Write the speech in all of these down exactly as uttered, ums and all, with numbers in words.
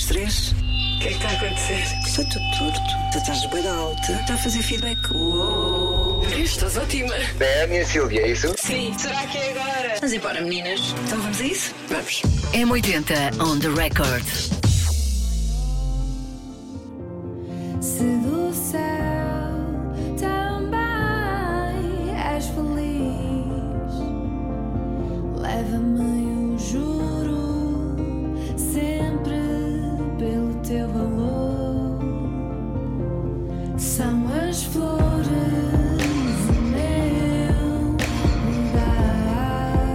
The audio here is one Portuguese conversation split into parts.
das três. O que é que está a acontecer? Estou tudo torto. Tu estás bem alta. Está a fazer feedback. Uou. Estás ótima. É a minha Silvia, é isso? Sim. Será que é agora? Vamos embora, meninas. Então vamos a isso? Vamos. M oitenta on the record. Se do céu também és feliz, leva-me, eu juro, sempre pelo teu valor. São as flores o meu lugar.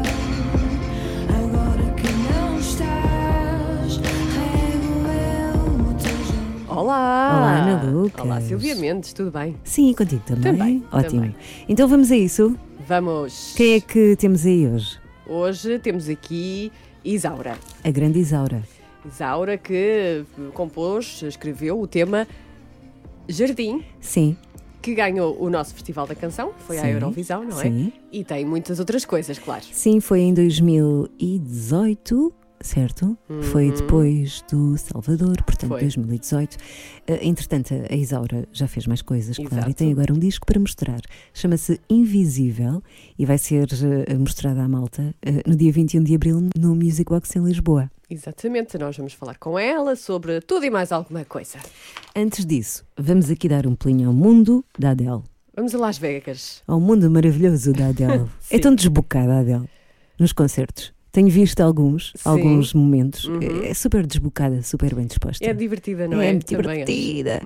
Agora que não estás, rego eu o teu jeito. Olá! Olá, Ana Lucas. Olá, Silvia Mendes, tudo bem? Sim, contigo também. Também, Ótimo. também. Então vamos a isso. Vamos. Quem é que temos aí hoje? Hoje temos aqui Isaura. A grande Isaura. Isaura que compôs, escreveu o tema Jardim, Sim. que ganhou o nosso Festival da Canção, foi à Sim, Eurovisão, não é? sim. E tem muitas outras coisas, claro. Sim, foi em dois mil e dezoito, certo? Foi depois do Salvador, portanto, Foi. dois mil e dezoito. Uh, entretanto, a Isaura já fez mais coisas, claro, Exato. e tem agora um disco para mostrar. Chama-se Invisível e vai ser uh, mostrado à malta uh, no dia vinte e um de abril no Music Box em Lisboa. Exatamente, nós vamos falar com ela sobre tudo e mais alguma coisa. Antes disso, vamos aqui dar um pulinho ao mundo da Adele. Vamos a Las Vegas. Ao mundo maravilhoso da Adele. É tão desbocada a Adele nos concertos. Tenho visto alguns, Sim. alguns momentos. Uhum. É, é super desbocada, super bem disposta. É divertida, não é? É muito Também acho. divertida.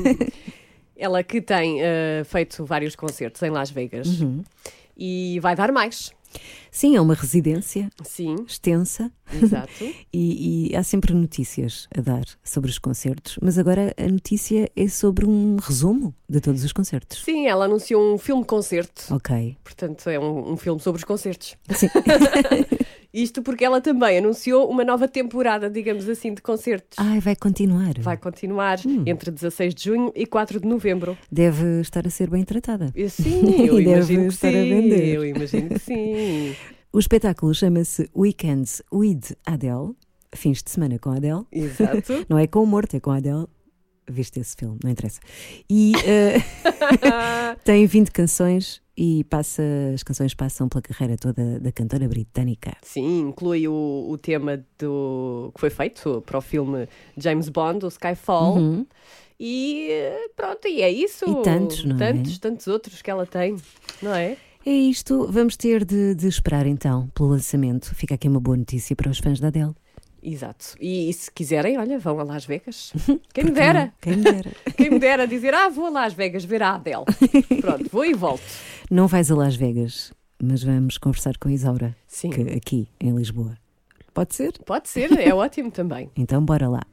Ela que tem eh, feito vários concertos em Las Vegas Uhum. e vai dar mais. Sim, é uma residência Sim, extensa exato. e, e há sempre notícias a dar sobre os concertos, mas agora a notícia é sobre um resumo de todos os concertos. Sim, ela anunciou um filme-concerto. Ok. Portanto, é um, um filme sobre os concertos. Sim. Isto porque ela também anunciou uma nova temporada, digamos assim, de concertos. Ai, vai continuar. Vai continuar Hum. entre dezasseis de junho e quatro de novembro. Deve estar a ser bem tratada. E sim, eu E deve imagino que estar a sim. vender. Eu imagino que sim. O espetáculo chama-se Weekends with Adele, fins de semana com Adele. Exato. Não é com o morto, é com a Adele. Viste esse filme, não interessa. E eh, tem vinte canções e passa, as canções passam pela carreira toda da cantora britânica. Sim, inclui o, o tema do, que foi feito para o filme James Bond, o Skyfall. Uhum. E pronto, e é isso. E tantos, não é? Tantos, tantos outros que ela tem, não é? É isto, vamos ter de, de esperar então pelo lançamento. Fica aqui uma boa notícia para os fãs da Adele. Exato. E, e se quiserem, olha, vão a Las Vegas. Quem me Porque dera. não? Quem me dera. Quem me dera dizer, ah, vou a Las Vegas ver a Adele. Pronto, vou e volto. Não vais a Las Vegas, mas vamos conversar com a Isaura, Sim. que, aqui em Lisboa. Pode ser? Pode ser, é ótimo também. Então bora lá.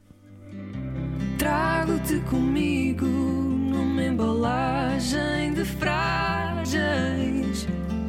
Trago-te comigo numa embalagem de frágeis.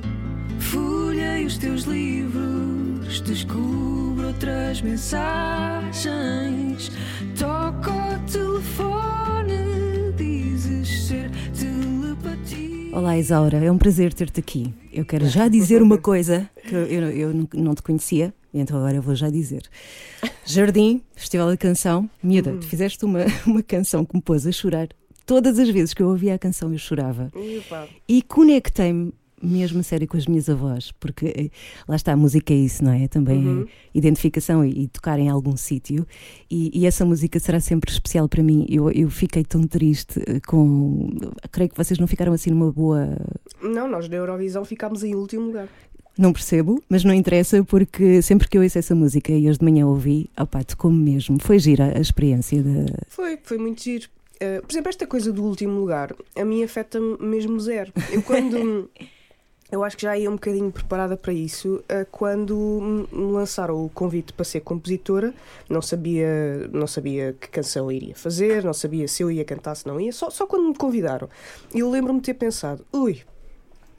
Folhei os teus livros, descubro outras mensagens. Toco o telefone, dizes ser telepatia. Olá Isaura, é um prazer ter-te aqui. Eu quero já dizer uma coisa que eu, eu, eu não- não te conhecia, então agora eu vou já dizer. Jardim, Festival da Canção, miúda, tu fizeste uma, uma canção que me pôs a chorar. Todas as vezes que eu ouvia a canção eu chorava. E conectei-me mesmo a sério com as minhas avós, porque eh, lá está, a música é isso, não é? Também Uhum. é identificação e, e tocar em algum sítio, e, e essa música será sempre especial para mim. Eu, eu fiquei tão triste eh, com... Creio que vocês não ficaram assim numa boa... Não, nós na Eurovisão ficámos em último lugar. Não percebo, mas não interessa, porque sempre que eu ouço essa música e hoje de manhã ouvi, opá, tocou-me mesmo. Foi gira a experiência de... Foi, foi muito giro. Uh, por exemplo, esta coisa do último lugar, a mim afeta-me mesmo zero. Eu quando... Eu acho que já ia um bocadinho preparada para isso uh, quando me lançaram o convite para ser compositora. Não sabia, não sabia que canção eu iria fazer, não sabia se eu ia cantar, se não ia. Só, só quando me convidaram. E eu lembro-me de ter pensado, ui,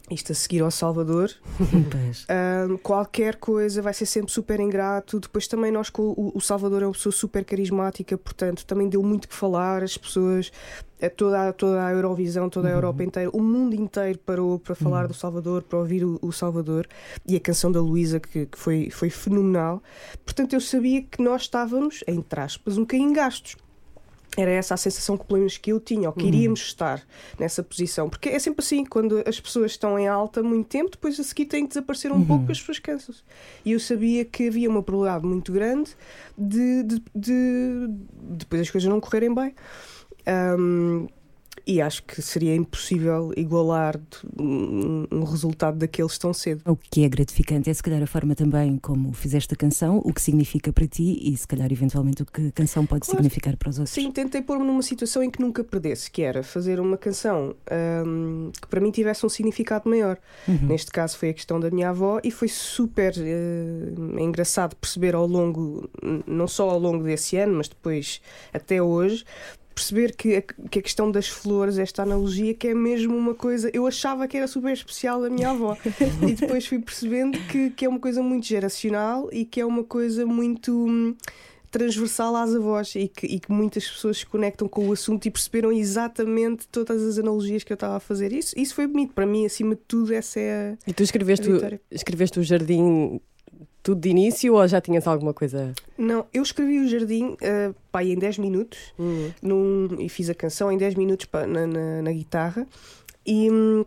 isto a seguir ao Salvador, um, qualquer coisa vai ser sempre super ingrato. Depois também nós com o, o Salvador é uma pessoa super carismática, portanto também deu muito que falar. As pessoas, toda, a, toda a Eurovisão, toda a Europa inteira, o mundo inteiro parou para falar do Salvador, para ouvir o, o Salvador, e a canção da Luísa que, que foi, foi fenomenal. Portanto eu sabia que nós estávamos, entre aspas, um bocadinho gastos. Era essa a sensação que, pelo menos, que eu tinha, ou que iríamos uhum. estar nessa posição. Porque é sempre assim, quando as pessoas estão em alta muito tempo, depois a seguir têm que desaparecer um uhum. pouco, porque as pessoas cansam-se. E eu sabia que havia uma probabilidade muito grande de, de, de, de depois as coisas não correrem bem. Um, e acho que seria impossível igualar um, um resultado daqueles tão cedo. O que é gratificante é se calhar a forma também como fizeste a canção, o que significa para ti e se calhar eventualmente o que a canção pode claro. significar para os outros. Sim, tentei pôr-me numa situação em que nunca perdesse, que era fazer uma canção um, que para mim tivesse um significado maior. Uhum. Neste caso foi a questão da minha avó e foi super uh, engraçado perceber ao longo, não só ao longo desse ano, mas depois até hoje, perceber que a, que a questão das flores, esta analogia, que é mesmo uma coisa. Eu achava que era super especial da minha avó e depois fui percebendo que, que é uma coisa muito geracional e que é uma coisa muito hum, transversal às avós e que, e que muitas pessoas se conectam com o assunto e perceberam exatamente todas as analogias que eu estava a fazer. Isso, isso foi bonito para mim, acima de tudo. Essa é a, e tu escreveste, a o, escreveste o Jardim tudo de início ou já tinhas alguma coisa? Não, eu escrevi o Jardim uh, pá, em dez minutos uhum. num, e fiz a canção em dez minutos pá, na, na, na guitarra e, um,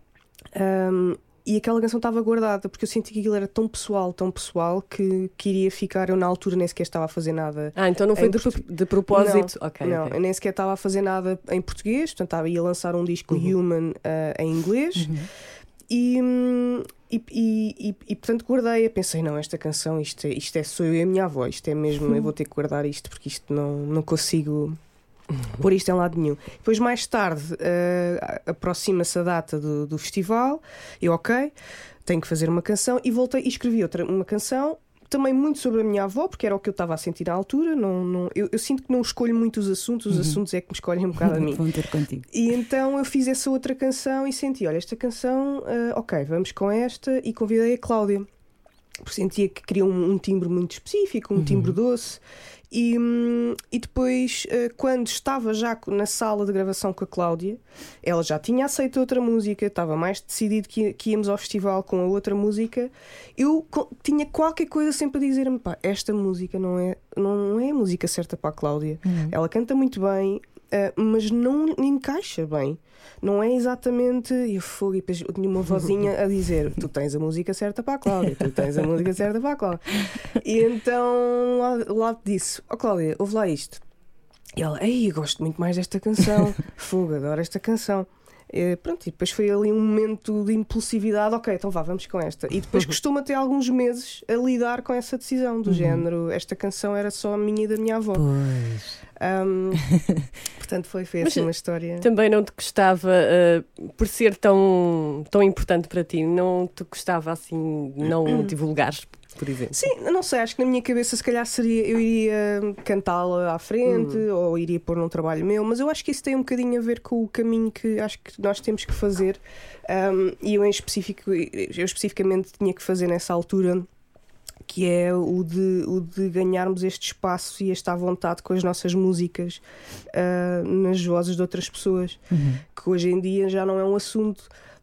e aquela canção estava guardada porque eu senti que aquilo era tão pessoal, tão pessoal que, que iria ficar. Eu na altura nem sequer estava a fazer nada. Ah, então não foi de, portu... de propósito? Não, okay, não okay. eu nem sequer estava a fazer nada em português, portanto estava, ia lançar um disco uhum. Human uh, em inglês uhum. e... Um, E, e, e, e portanto guardei-a, pensei, não, esta canção, isto é, isto é sou eu e a minha avó, isto é mesmo, eu vou ter que guardar isto porque isto não, não consigo pôr isto em lado nenhum. Depois mais tarde uh, aproxima-se a data do, do festival, eu ok, tenho que fazer uma canção e voltei e escrevi outra, uma canção também muito sobre a minha avó, porque era o que eu estava a sentir na altura. Não, não, eu, eu sinto que não escolho muito os assuntos, os uhum. assuntos é que me escolhem um bocado a mim. Vão ter contigo. E então eu fiz essa outra canção e senti, olha, esta canção, uh, ok, vamos com esta, e convidei a Cláudia, porque sentia que queria um, um timbre muito específico, um uhum. timbre doce. E, e depois, quando estava já na sala de gravação com a Cláudia, ela já tinha aceito outra música, estava mais decidido que, que íamos ao festival com a outra música. Eu tinha qualquer coisa sempre a dizer-me, pá, esta música não é, não é a música certa para a Cláudia. Uhum. Ela canta muito bem, mas não encaixa bem. Não é exatamente. Eu fogo, e depois eu tinha uma vozinha a dizer: tu tens a música certa para a Cláudia, tu tens a música certa para a Cláudia. E então lá, lá disse: ó oh, Cláudia, ouve lá isto. E ela: ei, eu gosto muito mais desta canção, fogo, adoro esta canção. E, pronto, e depois foi ali um momento de impulsividade. Ok, então vá, vamos com esta. E depois costumo até alguns meses a lidar com essa decisão do uhum. género. Esta canção era só a minha e da minha avó. Pois. Um, portanto foi, foi assim uma história. Também não te gostava, uh, por ser tão, tão importante para ti, não te gostava assim não divulgares, por exemplo? Sim, não sei, acho que na minha cabeça se calhar seria, eu iria cantá-la à frente hum. ou iria pôr num trabalho meu, mas eu acho que isso tem um bocadinho a ver com o caminho que acho que nós temos que fazer. Um, e eu em específico, eu especificamente tinha que fazer nessa altura, que é o de, o de ganharmos este espaço e esta vontade com as nossas músicas uh, nas vozes de outras pessoas, uhum. que hoje em dia já não é um assunto.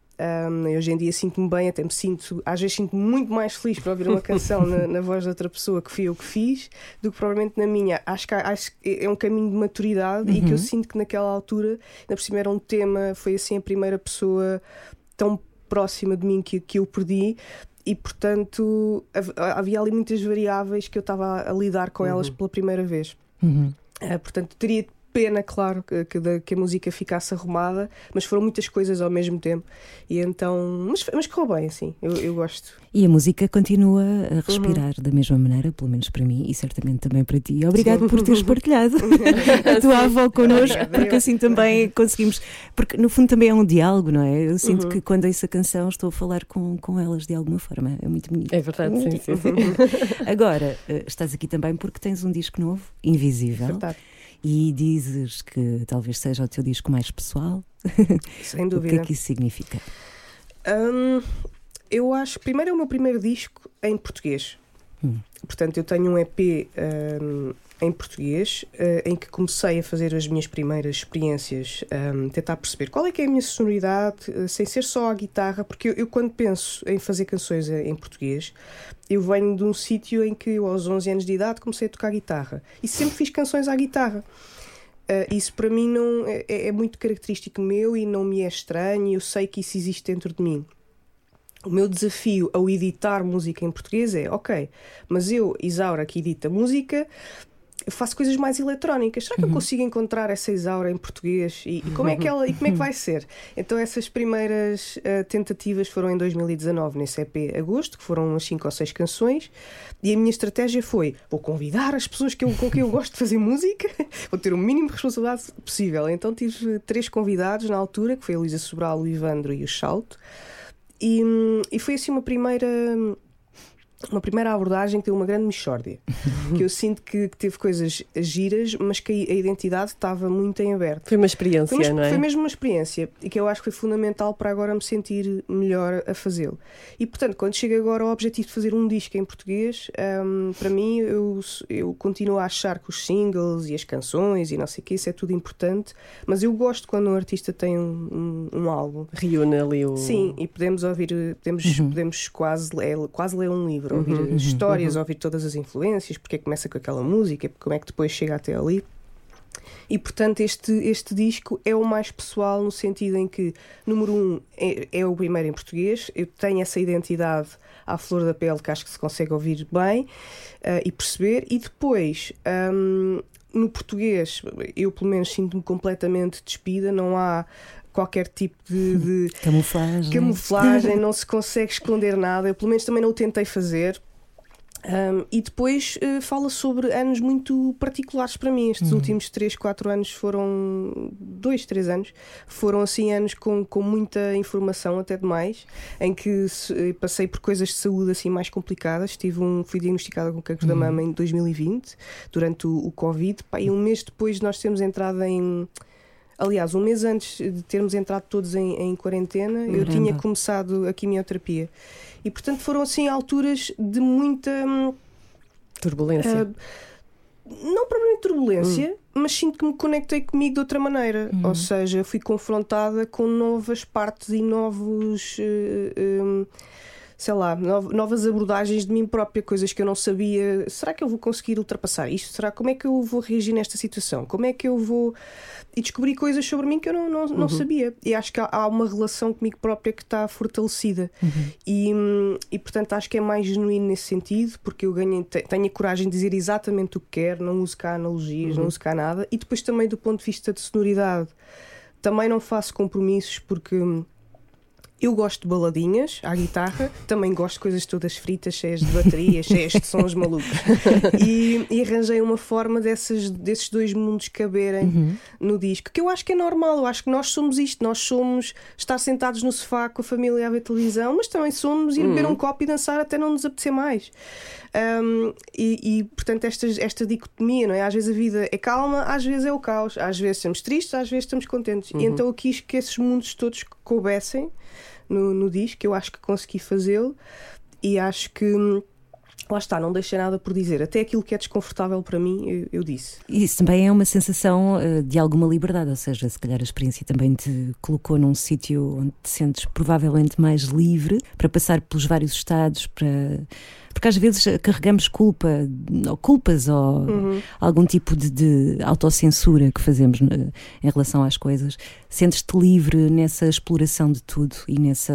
Um, hoje em dia sinto-me bem, até me sinto, às vezes sinto-me muito mais feliz para ouvir uma canção na, na voz de outra pessoa que fui eu que fiz, do que provavelmente na minha. Acho que, acho que é um caminho de maturidade uhum. e que eu sinto que naquela altura, ainda por cima era um tema, foi assim a primeira pessoa tão próxima de mim que, que eu perdi. E, portanto, havia ali muitas variáveis que eu estava a lidar com uhum. elas pela primeira vez. Uhum. Uh, portanto, teria pena, claro, que, que, que a música ficasse arrumada, mas foram muitas coisas ao mesmo tempo. E então, mas, mas correu bem, assim, eu, eu gosto. E a música continua a respirar uhum. da mesma maneira, pelo menos para mim e certamente também para ti. Obrigado Sim. por teres partilhado a tua avó connosco, porque assim também conseguimos. Porque no fundo também é um diálogo, não é? Eu sinto uhum. que quando ouço a canção estou a falar com, com elas de alguma forma. É muito bonito. É verdade, sim, sim, sim. Agora, estás aqui também porque tens um disco novo, Invisível. Verdade. E dizes que talvez seja o teu disco mais pessoal. Sem dúvida. O que é que isso significa? Hum, eu acho que primeiro é o meu primeiro disco em português. Hum. Portanto, eu tenho um E P um, em português uh, em que comecei a fazer as minhas primeiras experiências, um, tentar perceber qual é que é a minha sonoridade, uh, sem ser só a guitarra, porque eu, eu quando penso em fazer canções em português, eu venho de um sítio em que eu aos onze anos de idade comecei a tocar guitarra e sempre fiz canções à guitarra. Uh, isso para mim não é, é muito característico meu e não me é estranho, eu sei que isso existe dentro de mim. O meu desafio ao editar música em português é, ok, mas eu, Isaura, que edita música, eu faço coisas mais eletrónicas. Será que eu consigo encontrar essa Isaura em português? E, e, como, é que ela, e como é que vai ser? Então essas primeiras uh, tentativas foram em dois mil e dezanove, nesse E P Agosto, que foram umas cinco ou seis canções, e a minha estratégia foi, vou convidar as pessoas que eu, com quem eu gosto de fazer música, vou ter o mínimo de responsabilidade possível. Então tive três convidados na altura, que foi a Luísa Sobral, o Ivandro e o Salto. E, e foi assim uma primeira uma primeira abordagem que deu uma grande mixórdia, que eu sinto que, que teve coisas giras, mas que a, a identidade estava muito em aberto. Foi uma experiência, foi uma, não é? Foi mesmo uma experiência e que eu acho que foi fundamental para agora me sentir melhor a fazê-lo. E portanto, quando chego agora ao objetivo de fazer um disco em português, um, para mim eu, eu continuo a achar que os singles e as canções e não sei o que, isso é tudo importante, mas eu gosto quando um artista tem um, um, um álbum. Reúne ali o... Sim, e podemos ouvir, podemos, uhum. podemos quase, é, quase ler um livro, ouvir uhum. histórias, uhum. ouvir todas as influências, porque é que começa com aquela música, como é que depois chega até ali. E portanto este, este disco é o mais pessoal no sentido em que, número um, é, é o primeiro em português. Eu tenho essa identidade à flor da pele que acho que se consegue ouvir bem uh, e perceber, e depois um, no português eu pelo menos sinto-me completamente despida, não há qualquer tipo de, de camuflagem. camuflagem, não se consegue esconder nada, eu pelo menos também não o tentei fazer. Um, e depois uh, fala sobre anos muito particulares para mim. Estes uhum. últimos três, quatro anos foram dois, três anos foram assim anos com, com muita informação, até demais, em que se, passei por coisas de saúde assim mais complicadas. Tive um, fui diagnosticada com cancro uhum. da mama em dois mil e vinte, durante o, o Covid, pá, e um mês depois de nós termos entrado em... Aliás, um mês antes de termos entrado todos em, em quarentena, Caramba. eu tinha começado a quimioterapia. E, portanto, foram assim alturas de muita... Turbulência. Uh, não propriamente turbulência, hum. mas sinto que me conectei comigo de outra maneira. Hum. Ou seja, fui confrontada com novas partes e novos... Uh, um, sei lá, novas abordagens de mim própria, coisas que eu não sabia. Será que eu vou conseguir ultrapassar isto? Será, como é que eu vou reagir nesta situação? Como é que eu vou... E descobri coisas sobre mim que eu não, não, não uhum. sabia. E acho que há, há uma relação comigo própria que está fortalecida. Uhum. E, e, portanto, acho que é mais genuíno nesse sentido, porque eu ganhei, tenho a coragem de dizer exatamente o que quero, não uso cá analogias, uhum. não uso cá nada. E depois também, do ponto de vista de sonoridade, também não faço compromissos, porque... Eu gosto de baladinhas à guitarra, também gosto de coisas todas fritas, cheias de baterias, cheias de sons malucos. E, e arranjei uma forma dessas, desses dois mundos caberem uhum. no disco, que eu acho que é normal. Eu acho que nós somos isto, nós somos estar sentados no sofá com a família a ver televisão, mas também somos ir uhum. beber um copo e dançar até não nos apetecer mais. Um, e, e, portanto, esta, esta dicotomia, não é? Às vezes a vida é calma, às vezes é o caos, às vezes estamos tristes, às vezes estamos contentes. Uhum. E então eu quis que esses mundos todos coubessem no, no disco. Eu acho que consegui fazê-lo e acho que lá está, não deixei nada por dizer. Até aquilo que é desconfortável para mim, eu, eu disse. Isso também é uma sensação uh, de alguma liberdade, ou seja, se calhar a experiência também te colocou num sítio onde te sentes provavelmente mais livre para passar pelos vários estados, para... porque às vezes carregamos culpa, ou culpas ou uhum. algum tipo de, de autocensura que fazemos uh, em relação às coisas. Sentes-te livre nessa exploração de tudo e nessa...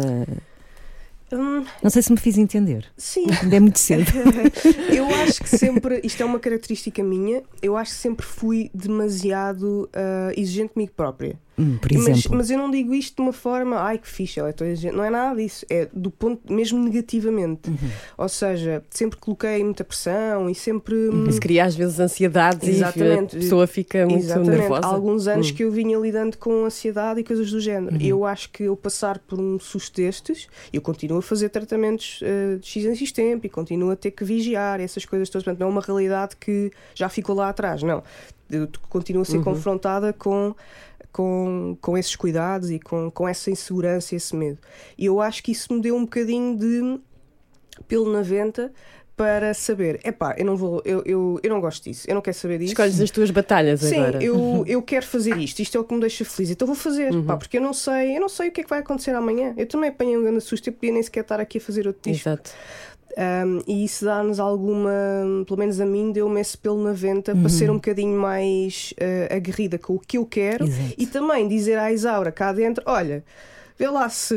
Hum, não sei se me fiz entender. Sim. Ainda é muito cedo. Eu acho que sempre, isto é uma característica minha, eu acho que sempre fui demasiado uh, exigente comigo própria. Hum, por exemplo. Mas, mas eu não digo isto de uma forma, ai que fixe, ela é tão exigente. Não é nada disso, é do ponto, mesmo negativamente. Uhum. Ou seja, sempre coloquei muita pressão e sempre. Uhum. Isso cria às vezes ansiedade. Exatamente. E a pessoa fica muito Exatamente. nervosa. Há alguns anos uhum. que eu vinha lidando com ansiedade e coisas do género. Uhum. Eu acho que eu passar por um susto destes, eu continuo a fazer tratamentos uh, de X em X tempo e continuo a ter que vigiar essas coisas todas. Portanto, não é uma realidade que já ficou lá atrás, não. Eu continuo a ser uhum. confrontada com com, com esses cuidados e com, com essa insegurança e esse medo. E eu acho que isso me deu um bocadinho de pelo na venta para saber, epá, eu não vou, eu, eu, eu não gosto disso, eu não quero saber disso. Escolhes as tuas batalhas Sim, agora. Sim, eu, eu quero fazer isto, isto é o que me deixa feliz, então vou fazer, Uhum. pá, porque eu não sei, eu não sei o que é que vai acontecer amanhã. Eu também apanhei um grande susto, eu podia nem sequer estar aqui a fazer outro disco. Exato. Um, e isso dá-nos alguma, pelo menos a mim, deu-me esse pelo na venta Uhum. para ser um bocadinho mais uh, aguerrida com o que eu quero. Exato. E também dizer à Isaura cá dentro: olha, vê lá se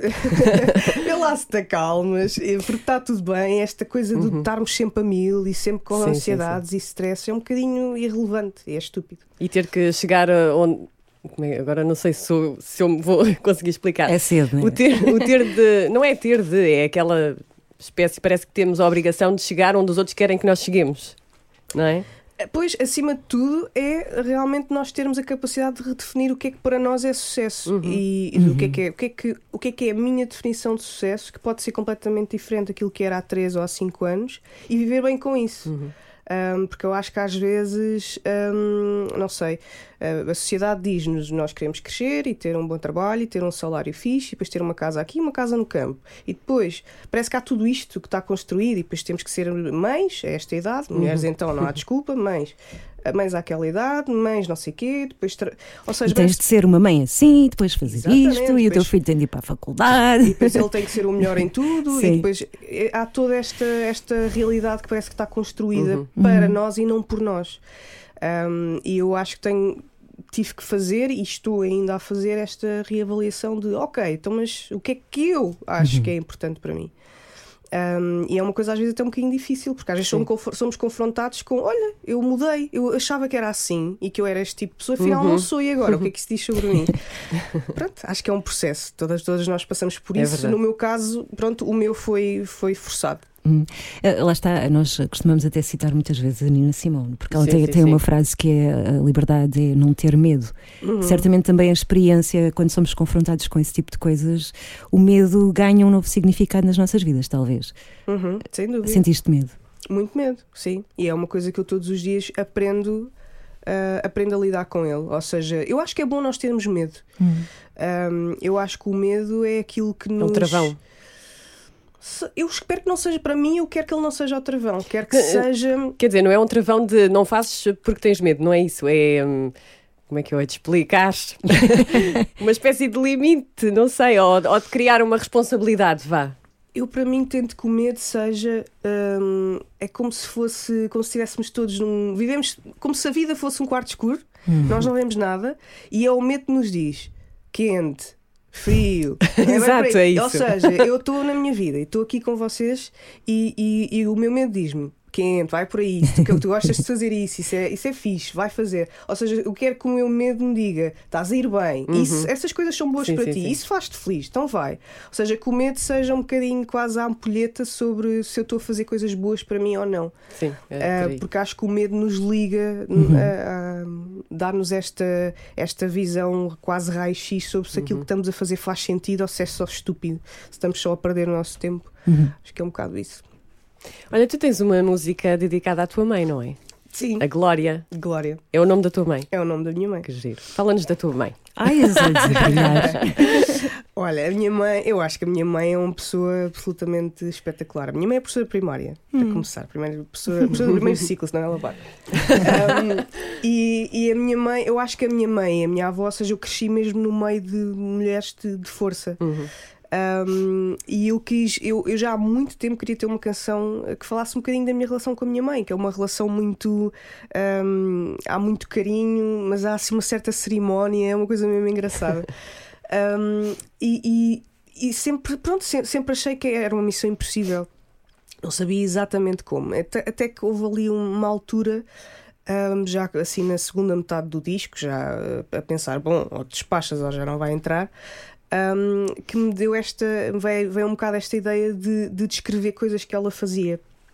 vê lá se te acalmas, porque está tudo bem. Esta coisa de Uhum. estarmos sempre a mil e sempre com Sim, ansiedades e stress é um bocadinho irrelevante, é estúpido. E ter que chegar a onde. como é- Agora não sei se, sou- se eu me vou conseguir explicar. É cedo, não é? O ter, o ter de. Não é ter de, é aquela espécie, parece que temos a obrigação de chegar onde os outros querem que nós cheguemos, não é? Pois, acima de tudo, é realmente nós termos a capacidade de redefinir o que é que para nós é sucesso. Uhum. E, e o, que é que é, o, que é que, o que é que é a minha definição de sucesso, que pode ser completamente diferente daquilo que era há três ou há cinco anos, e viver bem com isso. Uhum. Um, porque eu acho que às vezes, um, não sei, a sociedade diz-nos: nós queremos crescer e ter um bom trabalho e ter um salário fixe e depois ter uma casa aqui e uma casa no campo. E depois parece que há tudo isto que está construído e depois temos que ser mães a esta idade, mulheres então não há desculpa, mães. Mães àquela idade, mães não sei o quê, depois tra... ou seja, E tens de ser uma mãe assim, depois fazer Exatamente, isto, e o teu depois- filho tem de ir para a faculdade. e depois ele tem que ser o melhor em tudo. Sim. E depois eh, há toda esta, esta realidade que parece que está construída Uhum. para nós e não por nós. Um, e eu acho que tenho, tive que fazer e estou ainda a fazer esta reavaliação de ok, então mas o que é que eu acho que é importante para mim? Um, e é uma coisa às vezes até um bocadinho difícil, porque às vezes somos, conf- somos confrontados com: olha, eu mudei, eu achava que era assim e que eu era este tipo de pessoa, afinal Uhum. não sou, e agora? O que é que se diz sobre mim? Pronto, acho que é um processo, todas, todas nós passamos por É isso. verdade. No meu caso, pronto, o meu foi, foi forçado. Hum. Ah, Lá está, nós costumamos até citar muitas vezes a Nina Simone, porque ela Sim, tem, sim, tem sim. uma frase que é: a liberdade é não ter medo. Uhum. Certamente também a experiência, quando somos confrontados com esse tipo de coisas, o medo ganha um novo significado nas nossas vidas, talvez. Uhum, sem dúvida. Sentiste medo? Muito medo, sim. E é uma coisa que eu todos os dias aprendo, ah, aprendo a lidar com ele. Ou seja, eu acho que é bom nós termos medo. Hum. Um, eu acho que o medo é aquilo que É nos... um travão. Se- Eu espero que não seja para mim, eu quero que ele não seja o travão. Quero que Eh, seja... Quer dizer, não é um travão de não fazes porque tens medo, não é isso. É. hum, como é que eu hei de explicar? Uma espécie de limite, não sei, ou, ou de criar uma responsabilidade, vá. Eu, para mim, tento que o medo seja... hum, é como se fosse... Como se estivéssemos todos num... Vivemos como se a vida fosse um quarto escuro. Nós não vemos nada. E é o medo que nos diz: quente, frio. É bem Exato, por aí. é isso. Ou seja, eu estou na minha vida e estou aqui com vocês e, e, e o meu medo diz-me: quente, vai por aí, tu, que tu gostas de fazer isso, isso é, isso é fixe, vai fazer. Ou seja, eu quero que o meu medo me diga: estás a ir bem, isso, essas coisas são boas Sim, para sim, ti, sim. isso faz-te feliz, então vai. Ou seja, que o medo seja um bocadinho quase a ampulheta sobre se eu estou a fazer coisas boas para mim ou não. Sim, é Ah, por aí. porque acho que o medo nos liga a, a dar-nos esta, esta visão quase raio-x sobre se aquilo que estamos a fazer faz sentido ou se é só estúpido, se estamos só a perder o nosso tempo. Acho que é um bocado isso. Olha, tu tens uma música dedicada à tua mãe, não é? Sim, A Glória. Glória É o nome da tua mãe. é o nome da minha mãe. Que giro. Fala-nos da tua mãe. Ai, as olhos a brilhar. Olha, a minha mãe, eu acho que a minha mãe é uma pessoa absolutamente espetacular. A minha mãe é professora primária, para começar. Primeiro, professora, professora do primeiro ciclo, senão ela vai. Um, e, e a minha mãe, eu acho que a minha mãe e a minha avó, ou seja, eu cresci mesmo no meio de mulheres de, de força. Uhum. Um, e eu quis, eu, eu já há muito tempo queria ter uma canção que falasse um bocadinho da minha relação com a minha mãe, que é uma relação muito. Um, há muito carinho, mas há assim uma certa cerimónia, é uma coisa mesmo engraçada. Um, e, e, e sempre, pronto, sempre, sempre achei que era uma missão impossível. Não sabia exatamente como. Até, até que houve ali uma altura. Um, já assim na segunda metade do disco, já uh, a pensar, bom, ou despachas ou já não vai entrar. Um, que me deu esta, veio, veio um bocado esta ideia de, de descrever coisas que ela fazia.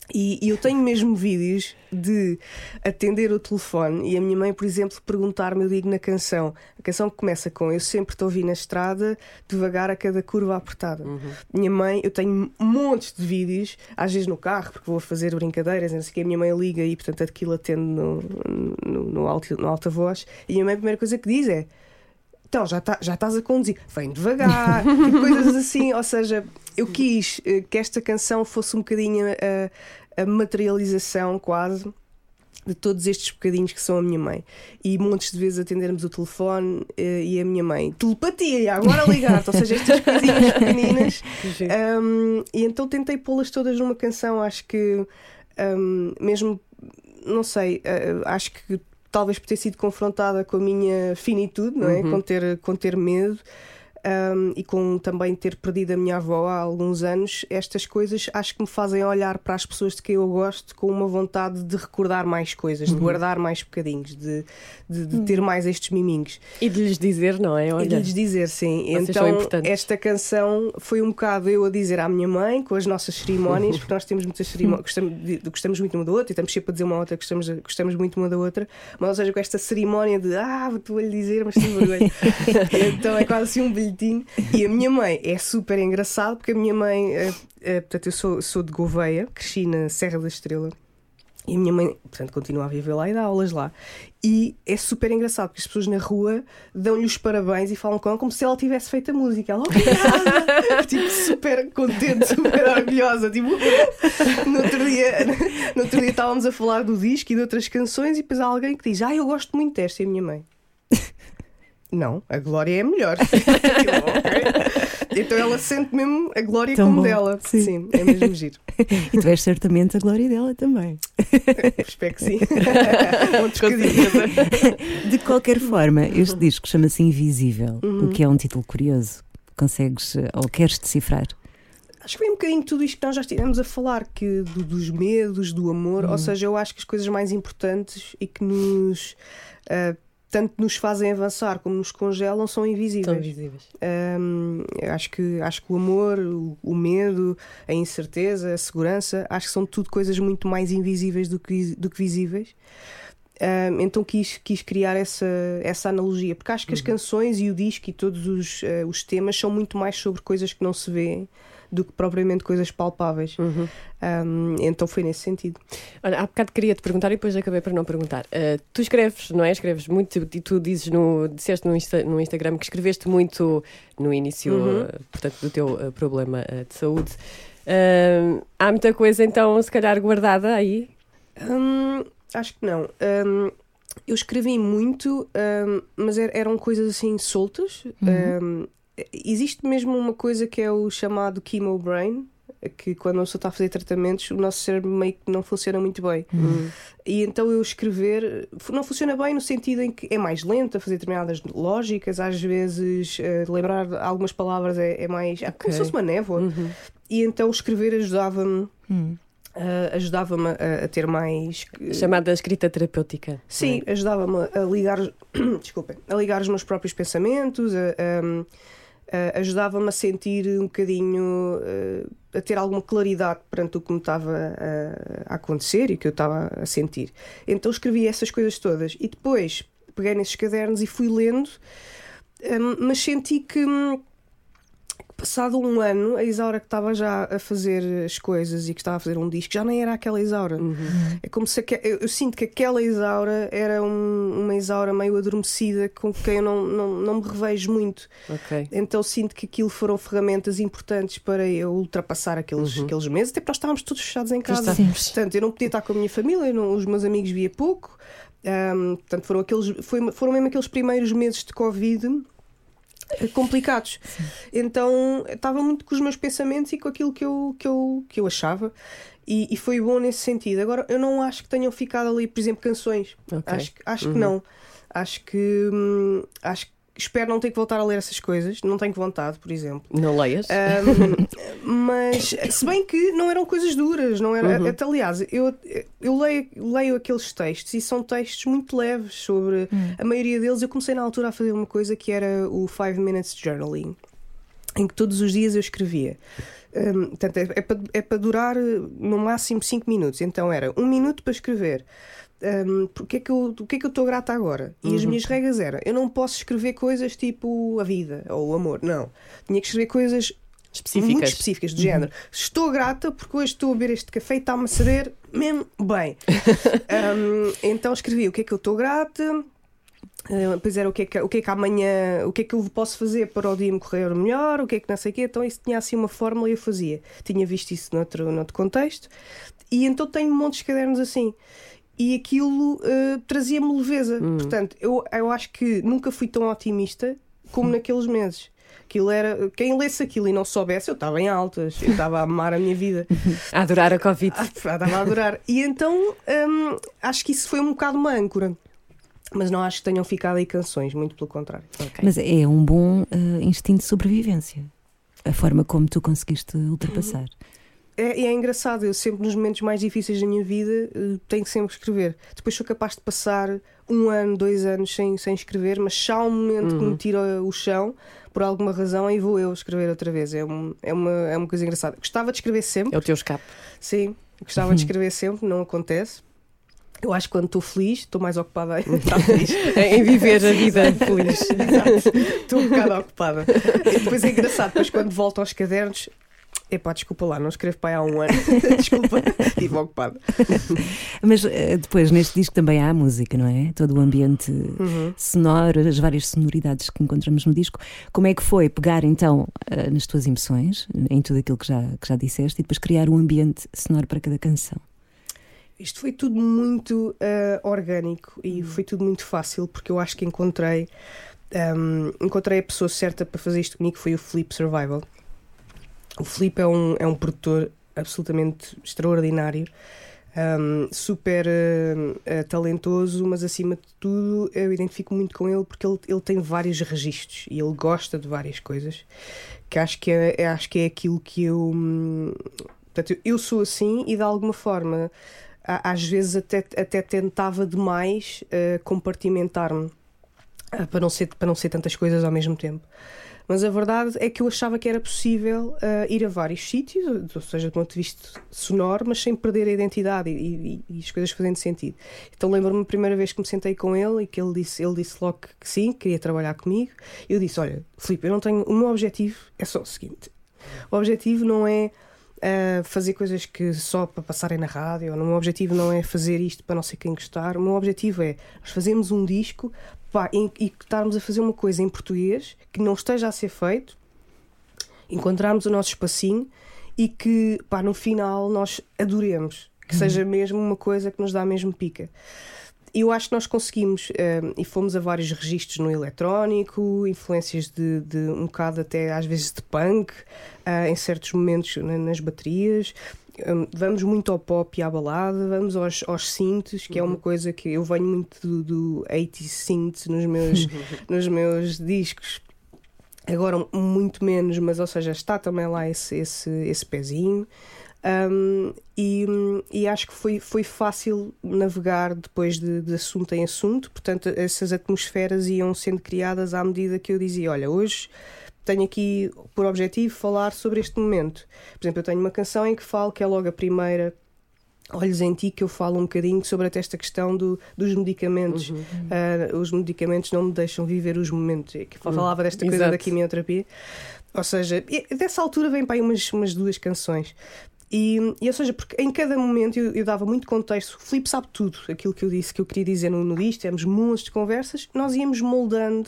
E, e eu tenho mesmo vídeos de atender o telefone e a minha mãe, por exemplo, perguntar-me, eu digo na canção, a canção que começa com eu sempre te ouvi na estrada, devagar a cada curva apertada. Uhum. Minha mãe, eu tenho montes de vídeos, às vezes no carro, porque vou fazer brincadeiras, não sei o que, a minha mãe liga e, portanto, aquilo atende no, no, no, alto, no alta voz, e a minha mãe a primeira coisa que diz é: então, já, tá, já estás a conduzir, vem devagar, tipo, coisas assim. Ou seja, eu quis que esta canção fosse um bocadinho a, a materialização quase de todos estes bocadinhos que são a minha mãe. E montes de vezes atendermos o telefone e a minha mãe, telepatia, agora ligar-te. Ou seja, estas coisinhas pequeninas. um, e então tentei pô-las todas numa canção. Acho que um, mesmo, não sei, uh, acho que talvez por ter sido confrontada com a minha finitude, não é? Uhum. Com ter, com ter medo. Um, e com também ter perdido a minha avó há alguns anos, estas coisas acho que me fazem olhar para as pessoas de quem eu gosto com uma vontade de recordar mais coisas, uhum. de guardar mais bocadinhos, de, de, de ter mais estes miminhos. E de lhes dizer, não é? Olha, e de lhes dizer, sim. Então, esta canção foi um bocado eu a dizer à minha mãe, com as nossas cerimónias, porque nós temos muitas cerimónias, gostamos, gostamos muito uma da outra, e estamos sempre a dizer uma outra, gostamos, gostamos muito uma da outra, mas ou seja, com esta cerimónia de ah, vou-lhe dizer, mas sem vergonha. Então é quase assim um bilhetinho. E a minha mãe é super engraçado, porque a minha mãe, uh, uh, portanto, eu sou, sou de Gouveia, cresci na Serra da Estrela, e a minha mãe, portanto, continua a viver lá e dá aulas lá. E é super engraçado, porque as pessoas na rua dão-lhe os parabéns e falam com ela como se ela tivesse feito a música. Ela, obrigada! Tipo, super contente, super orgulhosa. Tipo, no outro dia, no outro dia estávamos a falar do disco e de outras canções, e depois há alguém que diz: ah, eu gosto muito desta, e a minha mãe: não, a Glória é melhor. Então ela sente mesmo a Glória Tão como bom. Dela. Sim. sim, é mesmo giro. E tu és certamente a Glória dela também. Espero que sim. um De qualquer forma, este disco chama-se Invisível, uhum. o que é um título curioso. Consegues ou queres decifrar? Acho que foi um bocadinho tudo isto que nós já estivemos a falar, que do, dos medos, do amor. Uhum. Ou seja, eu acho que as coisas mais importantes e que nos... Uh, tanto nos fazem avançar como nos congelam, são invisíveis. São invisíveis. Um, acho, que, acho que o amor, o, o medo, a incerteza, a segurança, acho que são tudo coisas muito mais invisíveis do que, do que visíveis. Um, então quis, quis criar essa, essa analogia, porque acho que as canções e o disco e todos os, uh, os temas são muito mais sobre coisas que não se vêem do que propriamente coisas palpáveis. Uhum. Um, então foi nesse sentido. Olha, há bocado queria te perguntar e depois acabei por não perguntar. Uh, tu escreves, não é? Escreves muito e tu dizes no, disseste no, Insta, no Instagram que escreveste muito no início, uhum. uh, portanto, do teu uh, problema uh, de saúde. Uh, há muita coisa então, se calhar, guardada aí? Hum, acho que não. Um, eu escrevi muito, um, mas er, eram coisas assim soltas. Uhum. Um, Existe mesmo uma coisa que é o chamado chemo brain, que quando uma pessoa está a fazer tratamentos, o nosso cérebro meio que não funciona muito bem. Uhum. E então eu escrever não funciona bem no sentido em que é mais lento a fazer determinadas lógicas, às vezes uh, lembrar algumas palavras é, é mais... Okay. É como se fosse uma névoa. Uhum. E então escrever ajudava-me... Uhum. Uh, ajudava-me a, a ter mais... Chamada escrita terapêutica. Sim, é? Ajudava-me a ligar... Desculpem. A ligar os meus próprios pensamentos, a... a Uh, ajudava-me a sentir um bocadinho, uh, a ter alguma claridade perante o que me estava a, a acontecer e o que eu estava a sentir. Então escrevi essas coisas todas e depois peguei nesses cadernos e fui lendo, um, mas senti que, passado um ano, a Isaura que estava já a fazer as coisas e que estava a fazer um disco, já nem era aquela Isaura. Uhum. É como se aqu... eu, eu sinto que aquela Isaura era um, uma Isaura meio adormecida com quem eu não, não, não me revejo muito. Okay. Então sinto que aquilo foram ferramentas importantes para eu ultrapassar aqueles, uhum. aqueles meses, até porque nós estávamos todos fechados em casa. Portanto, eu não podia estar com a minha família, não, os meus amigos via pouco. Um, portanto, foram, aqueles, foi, foram mesmo aqueles primeiros meses de Covid complicados. Sim. Então estava muito com os meus pensamentos e com aquilo que eu, que eu, que eu achava e, e foi bom nesse sentido. Agora eu não acho que tenham ficado ali, por exemplo, canções. Okay. Acho, acho uhum. que não. Acho que hum, acho que espero não ter que voltar a ler essas coisas. Não tenho vontade, por exemplo. Não leias? Um, mas, se bem que não eram coisas duras, não era. Uhum. Até, aliás, eu, eu leio, leio aqueles textos e são textos muito leves sobre. Uhum. A maioria deles, eu comecei na altura a fazer uma coisa que era o five minutes journaling. em que todos os dias eu escrevia. Um, portanto, é, é para é para durar no máximo cinco minutos. Então era um minuto para escrever. Um, porque é que eu, o que é que eu estou grata agora? E uhum. as minhas regras eram: eu não posso escrever coisas tipo a vida ou o amor, não. Tinha que escrever coisas específicas, muito específicas, do uhum. género. Estou grata porque hoje estou a beber este café e está-me a saber mesmo bem. um, então escrevi o que é que eu estou grata. Uh, pois era o que, é que, o que é que amanhã, o que é que eu posso fazer para o dia me correr melhor, o que é que não sei o quê. Então isso tinha assim uma fórmula e eu fazia. Tinha visto isso noutro, noutro contexto. E então tenho um monte de cadernos assim. E aquilo uh, trazia-me leveza. Hum. Portanto, eu, eu acho que nunca fui tão otimista como naqueles meses. Aquilo era, quem lesse aquilo e não soubesse, eu estava em altas, eu estava a amar a minha vida. A adorar a Covid. Ah, estava a adorar. E então um, acho que isso foi um bocado uma âncora. Mas não acho que tenham ficado aí canções, muito pelo contrário. Okay. Mas é um bom uh, instinto de sobrevivência, a forma como tu conseguiste ultrapassar. É, é engraçado, eu sempre nos momentos mais difíceis da minha vida uh, tenho que sempre escrever. Depois sou capaz de passar um ano, dois anos sem, sem escrever, mas já há um momento uhum. que me tira o chão, por alguma razão, e vou eu escrever outra vez. É, um, é, uma, é uma coisa engraçada. Gostava de escrever sempre. É o teu escape. Sim, gostava uhum. de escrever sempre, não acontece. Eu acho que quando estou feliz, estou mais ocupada estar feliz. em viver a vida feliz. Exato. Estou um bocado ocupada. E depois é engraçado, depois quando volto aos cadernos, epá, desculpa lá, não escrevo para aí há um ano. Desculpa, estive ocupada. Mas depois neste disco também há a música, não é? Todo o ambiente uhum. sonoro, as várias sonoridades que encontramos no disco. Como é que foi pegar então nas tuas emoções, em tudo aquilo que já, que já disseste, e depois criar um ambiente sonoro para cada canção? Isto foi tudo muito uh, orgânico e foi tudo muito fácil, porque eu acho que encontrei um, encontrei a pessoa certa para fazer isto comigo, foi o Filipe Survival. O Filipe é um, é um produtor absolutamente extraordinário, um, super uh, uh, talentoso, mas acima de tudo eu identifico muito com ele porque ele, ele tem vários registros e ele gosta de várias coisas, que acho que é, acho que é aquilo que eu... Hum, portanto, eu sou assim e de alguma forma... Às vezes até, até tentava demais uh, compartimentar-me uh, para, não ser, para não ser tantas coisas ao mesmo tempo. Mas a verdade é que eu achava que era possível uh, ir a vários sítios, ou seja, do ponto de vista sonoro, mas sem perder a identidade e, e, e as coisas fazendo sentido. Então lembro-me a primeira vez que me sentei com ele e que ele disse, ele disse logo que sim, que queria trabalhar comigo. Eu disse, olha, Filipe, eu não tenho... O meu objetivo é só o seguinte. O objetivo não é... Uh, fazer coisas que só para passarem na rádio. O meu objetivo não é fazer isto para não sei quem gostar. O meu objetivo é nós fazermos um disco pá, em, e estarmos a fazer uma coisa em português que não esteja a ser feito, encontrarmos o nosso espacinho e que pá, no final nós adoremos, que uhum. seja mesmo uma coisa que nos dá mesmo pica. E eu acho que nós conseguimos, uh, e fomos a vários registros no eletrónico, influências de, de um bocado até às vezes de punk, uh, em certos momentos na, nas baterias. Um, vamos muito ao pop e à balada, vamos aos, aos synths, que uhum. é uma coisa que eu venho muito do, do oitenta synths nos meus, nos meus discos. Agora muito menos, mas ou seja, está também lá esse, esse, esse pezinho. Um, e, e acho que foi, foi fácil navegar depois de, de assunto em assunto. Portanto, essas atmosferas iam sendo criadas à medida que eu dizia, olha, hoje tenho aqui por objetivo falar sobre este momento. Por exemplo, eu tenho uma canção em que falo, que é logo a primeira, Olhos em Ti, que eu falo um bocadinho sobre até esta questão do, dos medicamentos. Uhum. Uh, os medicamentos não me deixam viver os momentos, que falava desta coisa Exato. Da quimioterapia. Ou seja, dessa altura vem para aí umas, umas duas canções. E, e ou seja, porque em cada momento eu, eu dava muito contexto. O Filipe sabe tudo aquilo que eu disse, que eu queria dizer no, no disco. Temos montes de conversas, nós íamos moldando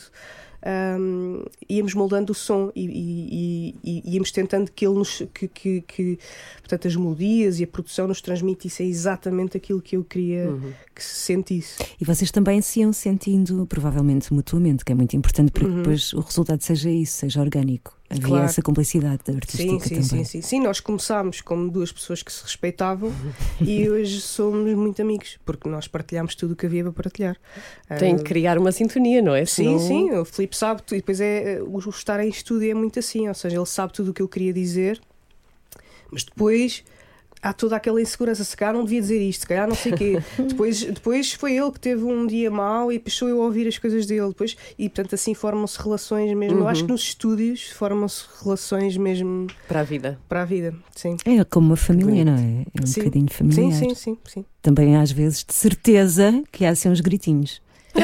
um, íamos moldando o som e, e, e, e íamos tentando que ele nos que, que, que portanto as melodias e a produção nos transmitissem exatamente aquilo que eu queria uhum. que se sentisse. E vocês também se iam sentindo provavelmente mutuamente, que é muito importante para que uhum. depois o resultado seja isso, seja orgânico. Havia claro. Essa complicidade artística sim, sim, também. Sim, sim, sim. Nós começámos como duas pessoas que se respeitavam e hoje somos muito amigos, porque nós partilhámos tudo o que havia para partilhar. Tem uh, de criar uma sintonia, não é? Sim, Senão... sim. O Filipe sabe tudo. E depois é, o estar em estúdio é muito assim, ou seja, ele sabe tudo o que eu queria dizer, mas depois há toda aquela insegurança, se calhar não devia dizer isto, se calhar não sei o quê. depois, depois foi ele que teve um dia mau e deixou eu a ouvir as coisas dele. Depois, e portanto assim formam-se relações mesmo. Uhum. Eu acho que nos estúdios formam-se relações mesmo para a vida. Para a vida, sim. É como uma família, não é? É um sim. bocadinho familiar. Sim, sim, sim, sim. Também às vezes de certeza que há assim uns gritinhos.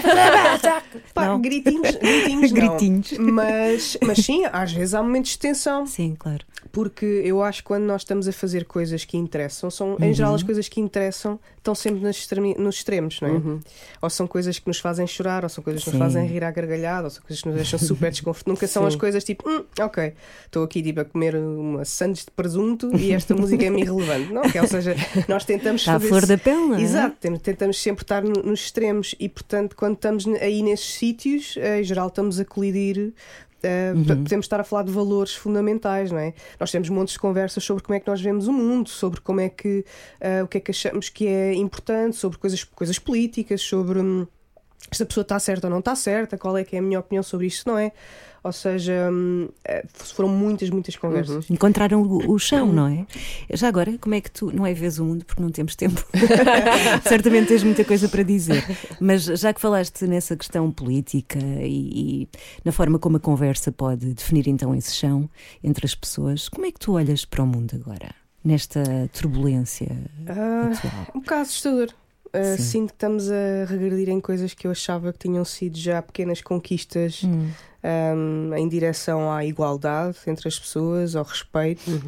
Pá, gritinhos, gritinhos, não. Gritinhos. Mas, mas sim, às vezes há momentos de tensão. Sim, claro. Porque eu acho que quando nós estamos a fazer coisas que interessam, são, uhum. em geral as coisas que interessam estão sempre nos, extremi- nos extremos, não é? Uhum. Ou são coisas que nos fazem chorar, ou são coisas que sim. nos fazem rir à gargalhada, ou são coisas que nos deixam super desconfortáveis. Nunca são sim. as coisas tipo, hum, ok, estou aqui tipo, a comer uma sandes de presunto e esta música é-me irrelevante. Não, que, ou seja, nós tentamos Está fazer... a flor da pele, não é? Exato, tentamos sempre estar no, nos extremos e, portanto, quando estamos aí nesses sítios, em geral estamos a colidir. Uh, uhum. Podemos estar a falar de valores fundamentais, não é? Nós temos montes de conversas sobre como é que nós vemos o mundo, sobre como é que uh, o que é que achamos que é importante, sobre coisas, coisas políticas, sobre hum, se a pessoa está certa ou não está certa, qual é que é a minha opinião sobre isto, não é? Ou seja, hum, foram muitas, muitas conversas. Uhum. Encontraram o, o chão, não é? Já agora, como é que tu não é vês o mundo porque não temos tempo? Certamente tens muita coisa para dizer. Mas já que falaste nessa questão política e, e na forma como a conversa pode definir então esse chão entre as pessoas, como é que tu olhas para o mundo agora? Nesta turbulência uh, atual? Um bocado assustador. Uh, sinto que estamos a regredir em coisas que eu achava que tinham sido já pequenas conquistas hum. um, em direção à igualdade entre as pessoas, ao respeito. Uhum.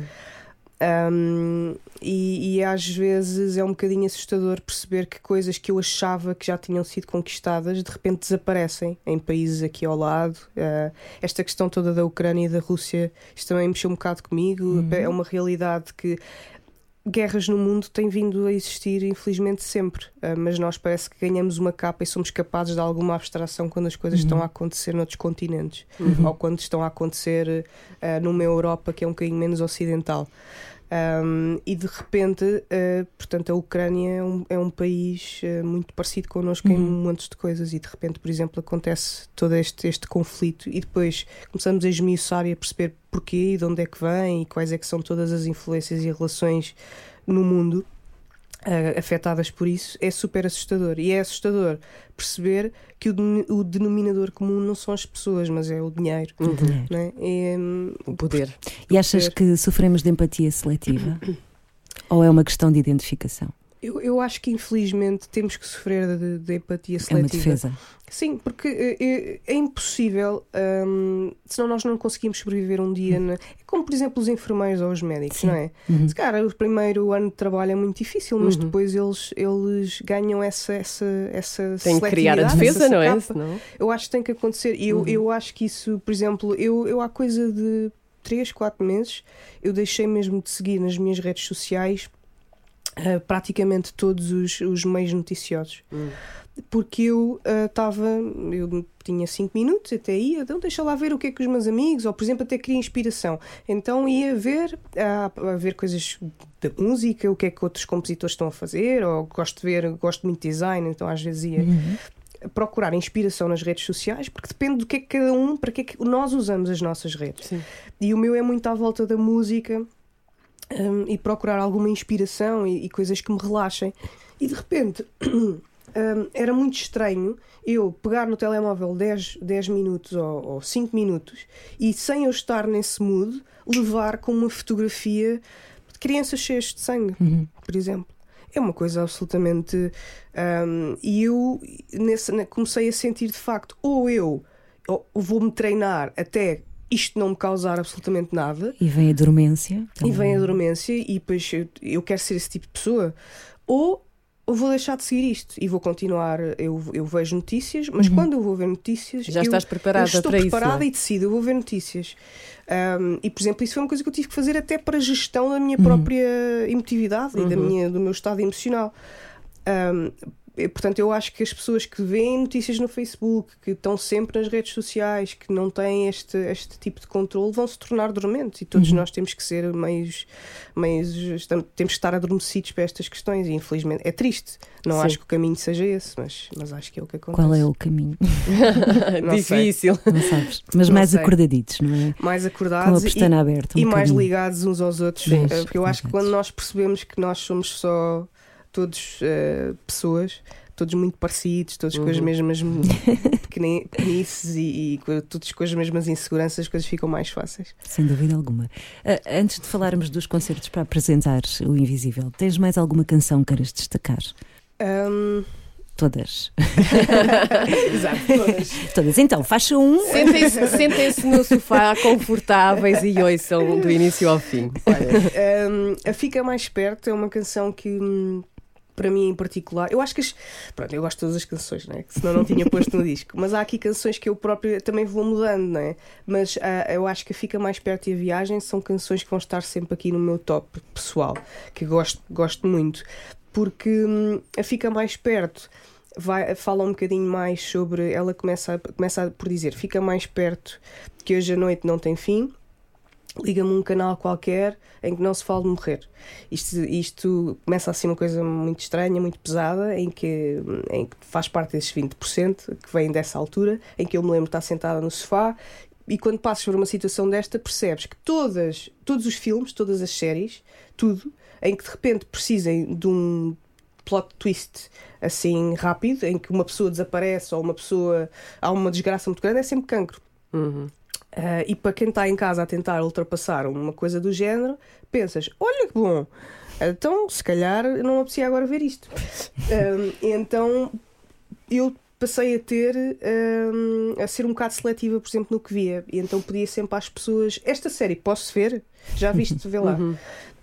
Um, e, e às vezes é um bocadinho assustador perceber que coisas que eu achava que já tinham sido conquistadas de repente desaparecem em países aqui ao lado. Uh, esta questão toda da Ucrânia e da Rússia, isto também mexeu um bocado comigo. Uhum. É uma realidade que guerras no mundo têm vindo a existir, infelizmente, sempre. Uh, mas nós parece que ganhamos uma capa e somos capazes de alguma abstração quando as coisas uhum. estão a acontecer noutros continentes. Uhum. Ou quando estão a acontecer uh, numa Europa que é um bocadinho menos ocidental. Um, e de repente, uh, portanto, a Ucrânia é um, é um país uh, muito parecido connosco uhum. em montes de coisas. E de repente, por exemplo, acontece todo este, este conflito e depois começamos a esmiuçar e a perceber porquê e de onde é que vem e quais é que são todas as influências e relações no mundo uh, afetadas por isso. É super assustador. E é assustador perceber que o, o denominador comum não são as pessoas, mas é o dinheiro. Uhum. Não é? É, o poder. E achas que sofremos de empatia seletiva? Ou é uma questão de identificação? Eu, eu acho que infelizmente temos que sofrer de, de empatia seletiva. É uma defesa. Sim, porque é, é impossível, hum, senão nós não conseguimos sobreviver um dia. Na... É como, por exemplo, os enfermeiros ou os médicos, Sim. não é? Uhum. Se calhar o primeiro ano de trabalho é muito difícil, mas uhum. depois eles, eles ganham essa, essa, essa tem que criar a defesa, não é? Não. Eu acho que tem que acontecer. E eu, uhum. eu acho que isso, por exemplo, eu, eu há coisa de três, quatro meses, eu deixei mesmo de seguir nas minhas redes sociais Uh, praticamente todos os, os meios noticiosos hum. porque eu estava uh, eu tinha cinco minutos, até ia, então deixa lá ver o que é que os meus amigos, ou por exemplo até queria inspiração, então ia ver uh, a ver coisas da música, o que é que outros compositores estão a fazer, ou gosto de ver, gosto muito de design, então às vezes ia uhum. procurar inspiração nas redes sociais, porque depende do que é que cada um, para que é que nós usamos as nossas redes. Sim. E o meu é muito à volta da música. Um, e procurar alguma inspiração e, e coisas que me relaxem, e de repente um, era muito estranho eu pegar no telemóvel dez minutos ou, ou cinco minutos e, sem eu estar nesse mood, levar com uma fotografia de crianças cheias de sangue, uhum. por exemplo. É uma coisa absolutamente um, e eu nesse, comecei a sentir de facto, ou eu ou vou-me treinar até isto não me causar absolutamente nada. E vem a dormência. Também. E vem a dormência e depois eu, eu quero ser esse tipo de pessoa. Ou eu vou deixar de seguir isto e vou continuar, eu, eu vejo notícias, mas uhum. quando eu vou ver notícias... Já eu, estás preparada eu estou para preparada isso, e decido, eu vou ver notícias. Um, e, por exemplo, isso foi uma coisa que eu tive que fazer até para a gestão da minha própria uhum. emotividade uhum. e da minha, do meu estado emocional. Um, portanto, eu acho que as pessoas que veem notícias no Facebook, que estão sempre nas redes sociais, que não têm este, este tipo de controle, vão se tornar dormentes, e todos uhum. nós temos que ser meios, meios estamos, temos que estar adormecidos para estas questões, e infelizmente é triste. Não Sim. acho que o caminho seja esse, mas, mas acho que é o que acontece. Qual é o caminho? Difícil. Não sabes. Mas não mais sei. acordaditos, não é? Mais acordados com a pestana e, aberta, um e mais bocadinho. ligados uns aos outros. Sim. Porque eu acho que quando nós percebemos que nós somos só todos uh, pessoas, todos muito parecidos, todos uhum. com as mesmas pequeni- pequenices e, e todos com as mesmas inseguranças, as coisas ficam mais fáceis. Sem dúvida alguma. Uh, antes de falarmos dos concertos para apresentar o Invisível, tens mais alguma canção que queiras destacar? Um... Todas. Exato, todas. Todas. Então, faixa um. Sentem-se, sentem-se no sofá confortáveis e ouçam do início ao fim. Olha, um, a Fica Mais Perto é uma canção que, para mim em particular, eu acho que as, pronto, eu gosto de todas as canções, não é? Senão não tinha posto no disco, mas há aqui canções que eu própria também vou mudando, não é? Mas uh, eu acho que a Fica Mais Perto e a Viagem são canções que vão estar sempre aqui no meu top pessoal, que gosto, gosto muito, porque hum, a Fica Mais Perto vai, fala um bocadinho mais sobre, ela começa, a, começa a por dizer: fica mais perto, que hoje a noite não tem fim, liga-me um canal qualquer em que não se fala de morrer. Isto, isto começa a ser uma coisa muito estranha, muito pesada, em que, em que faz parte desses vinte por cento que vem dessa altura, em que eu me lembro de estar sentada no sofá, e quando passas por uma situação desta percebes que todas, todos os filmes, todas as séries, tudo, em que de repente precisem de um plot twist assim rápido, em que uma pessoa desaparece ou uma pessoa, há uma desgraça muito grande, é sempre cancro. Uhum. Uh, e para quem está em casa a tentar ultrapassar uma coisa do género, pensas: olha que bom, então se calhar não apetecia agora ver isto. um, então eu passei a ter um, a ser um bocado seletiva, por exemplo, no que via, e então pedia sempre às pessoas: esta série posso ver? Já viste? Vê lá. Uhum.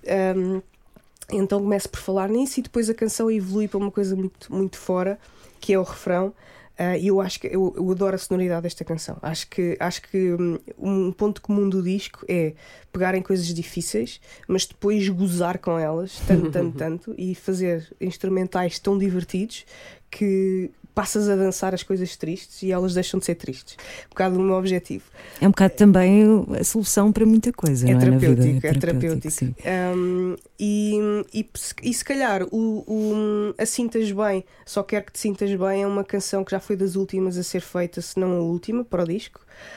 um, Então começo por falar nisso, e depois a canção evolui para uma coisa muito, muito fora, que é o refrão. Uh, e eu acho que eu, eu adoro a sonoridade desta canção. Acho que, acho que um, um ponto comum do disco é pegarem coisas difíceis, mas depois gozar com elas tanto, tanto, tanto, e fazer instrumentais tão divertidos que passas a dançar as coisas tristes e elas deixam de ser tristes. Um bocado do meu objetivo. É um bocado também a solução para muita coisa, é não é? Terapêutico, na vida. É terapêutico. Sim. Um, e, e, e se calhar o, o A Sintas Bem, Só Quero Que Te Sintas Bem, é uma canção que já foi das últimas a ser feita, se não a última, para o disco.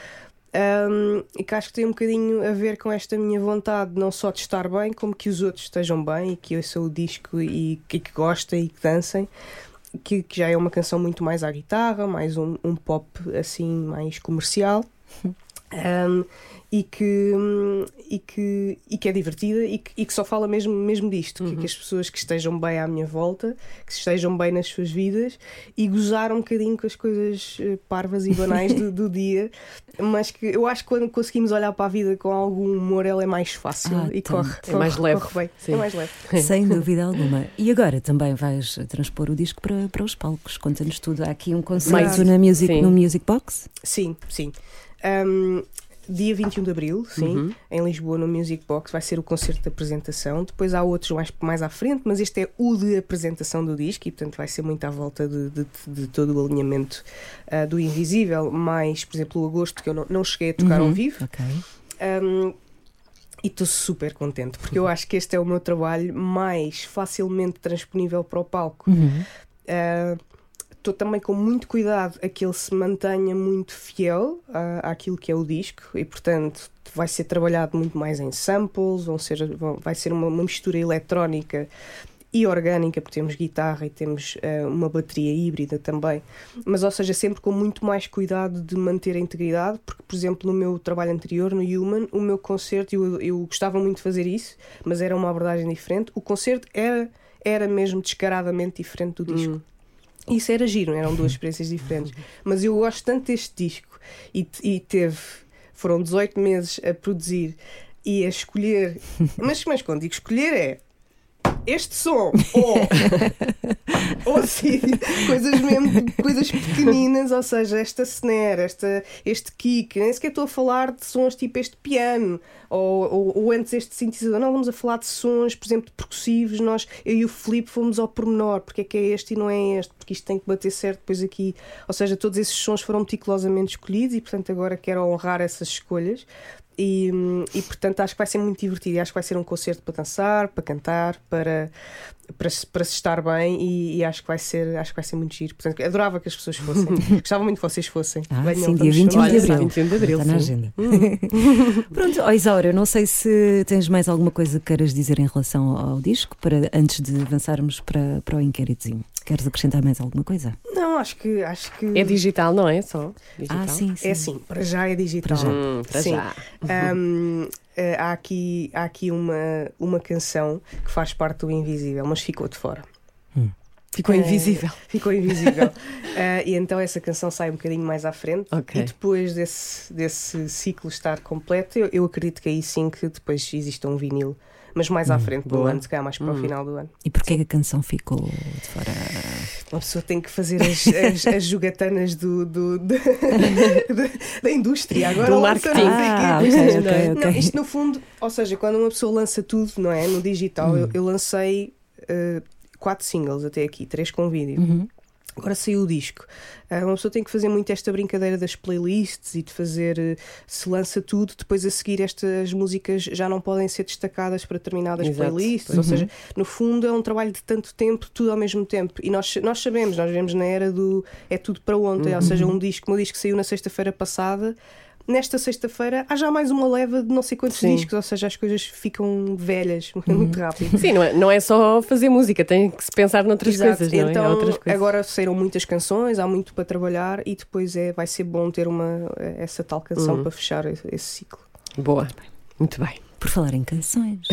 Um, e que acho que tem um bocadinho a ver com esta minha vontade, não só de estar bem, como que os outros estejam bem e que ouçam o disco e, e que gostem e que dancem. Que, que já é uma canção muito mais à guitarra, mais um, um pop assim mais comercial, um, e, que, um, e, que, e que é divertida e que, e que só fala mesmo, mesmo disto, uhum. que, que as pessoas que estejam bem à minha volta, que estejam bem nas suas vidas e gozar um bocadinho com as coisas parvas e banais do, do dia, mas que eu acho que quando conseguimos olhar para a vida com algum humor, ela é mais fácil ah, e corre, é corre, mais leve. corre bem. Sim. É mais leve. Sem dúvida alguma. E agora também vais transpor o disco para, para os palcos. Conta-nos tudo. Há aqui um concerto na music, no Music Box? Sim, sim. Um, dia vinte e um de Abril, sim, uhum. em Lisboa, no Music Box, vai ser o concerto de apresentação. Depois há outros mais, mais à frente, mas este é o de apresentação do disco e, portanto, vai ser muito à volta de, de, de todo o alinhamento uh, do Invisível, mais, por exemplo, o Agosto, que eu não, não cheguei a tocar uhum. ao vivo. Ok. Um, e estou super contente, porque eu acho que este é o meu trabalho mais facilmente transponível para o palco. Uhum. Uh, Estou também com muito cuidado a que ele se mantenha muito fiel uh, àquilo que é o disco e, portanto, vai ser trabalhado muito mais em samples, vão ser, vão, vai ser uma, uma mistura eletrónica e orgânica, porque temos guitarra e temos uh, uma bateria híbrida também, mas, ou seja, sempre com muito mais cuidado de manter a integridade, porque, por exemplo, no meu trabalho anterior, no Human, o meu concerto, eu, eu gostava muito de fazer isso, mas era uma abordagem diferente. O concerto era, era mesmo descaradamente diferente do disco. Hum. Isso era giro, eram duas experiências diferentes. Mas eu gosto tanto deste disco e, e teve, foram dezoito meses a produzir e a escolher. Mas, mas quando digo escolher é este som, ou, ou assim, coisas mesmo, coisas pequeninas, ou seja, esta snare, esta, este kick, nem sequer estou a falar de sons tipo este piano, ou, ou, ou antes este sintetizador, não, vamos a falar de sons, por exemplo, percussivos, nós, eu e o Filipe fomos ao pormenor, porque é que é este e não é este, porque isto tem que bater certo depois aqui, ou seja, todos esses sons foram meticulosamente escolhidos e portanto agora quero honrar essas escolhas. E, e portanto acho que vai ser muito divertido e acho que vai ser um concerto para dançar, para cantar, para, para, para se estar bem e, e acho, que vai ser, acho que vai ser muito giro. Portanto, adorava que as pessoas fossem. Gostava muito que vocês fossem. Ah, Venham, sim, dia vinte e um de abril. vinte e um de abril, está na sim. agenda. Pronto, oh, Isaura, eu não sei se tens mais alguma coisa que queiras dizer em relação ao, ao disco para, antes de avançarmos para, para o inquéritozinho. Queres acrescentar mais alguma coisa? Não, acho que, acho que É digital, não é? Só digital. Ah, sim, sim. é sim, para já é digital. Para já. Hum, para Sim. já. Um, eh, há aqui, há aqui uma, uma canção que faz parte do Invisível, mas ficou de fora. Ficou Eh, invisível. Ficou invisível. Eh, e então essa canção sai um bocadinho mais à frente. Ok. E depois desse, desse ciclo estar completo, eu, eu acredito que aí sim que depois exista um vinil. Mas mais à frente do boa. ano, se calhar mais para o final do ano. E porquê que a canção ficou de fora? Uma pessoa tem que fazer as, as, as jogatanas do, do, de- de- da indústria. Agora Do lança marketing. não sei quê. Ah, ok, Isto- ok, não, ok. isto no fundo, ou seja, quando uma pessoa lança tudo, não é? No digital, eu, eu lancei uh, quatro singles até aqui, três com vídeo. Uhum. Agora saiu o disco. Uh, uma pessoa tem que fazer muito esta brincadeira das playlists e de fazer, uh, se lança tudo, depois a seguir estas músicas já não podem ser destacadas para determinadas Exato. playlists. Ou seja, no fundo é um trabalho de tanto tempo, tudo ao mesmo tempo. E nós, nós sabemos, nós vivemos na era do é tudo para ontem. Ou seja, um disco, um disco que saiu na sexta-feira passada. Nesta sexta-feira há já mais uma leva de não sei quantos Sim. discos, ou seja, as coisas ficam velhas muito rápido. Sim, não é, não é só fazer música, tem que se pensar noutras Exato. coisas, não é? Então, Há outras coisas. agora saíram muitas canções, há muito para trabalhar e depois é, vai ser bom ter uma, essa tal canção Uhum. para fechar esse, esse ciclo. Boa, muito bem. Por falar em canções.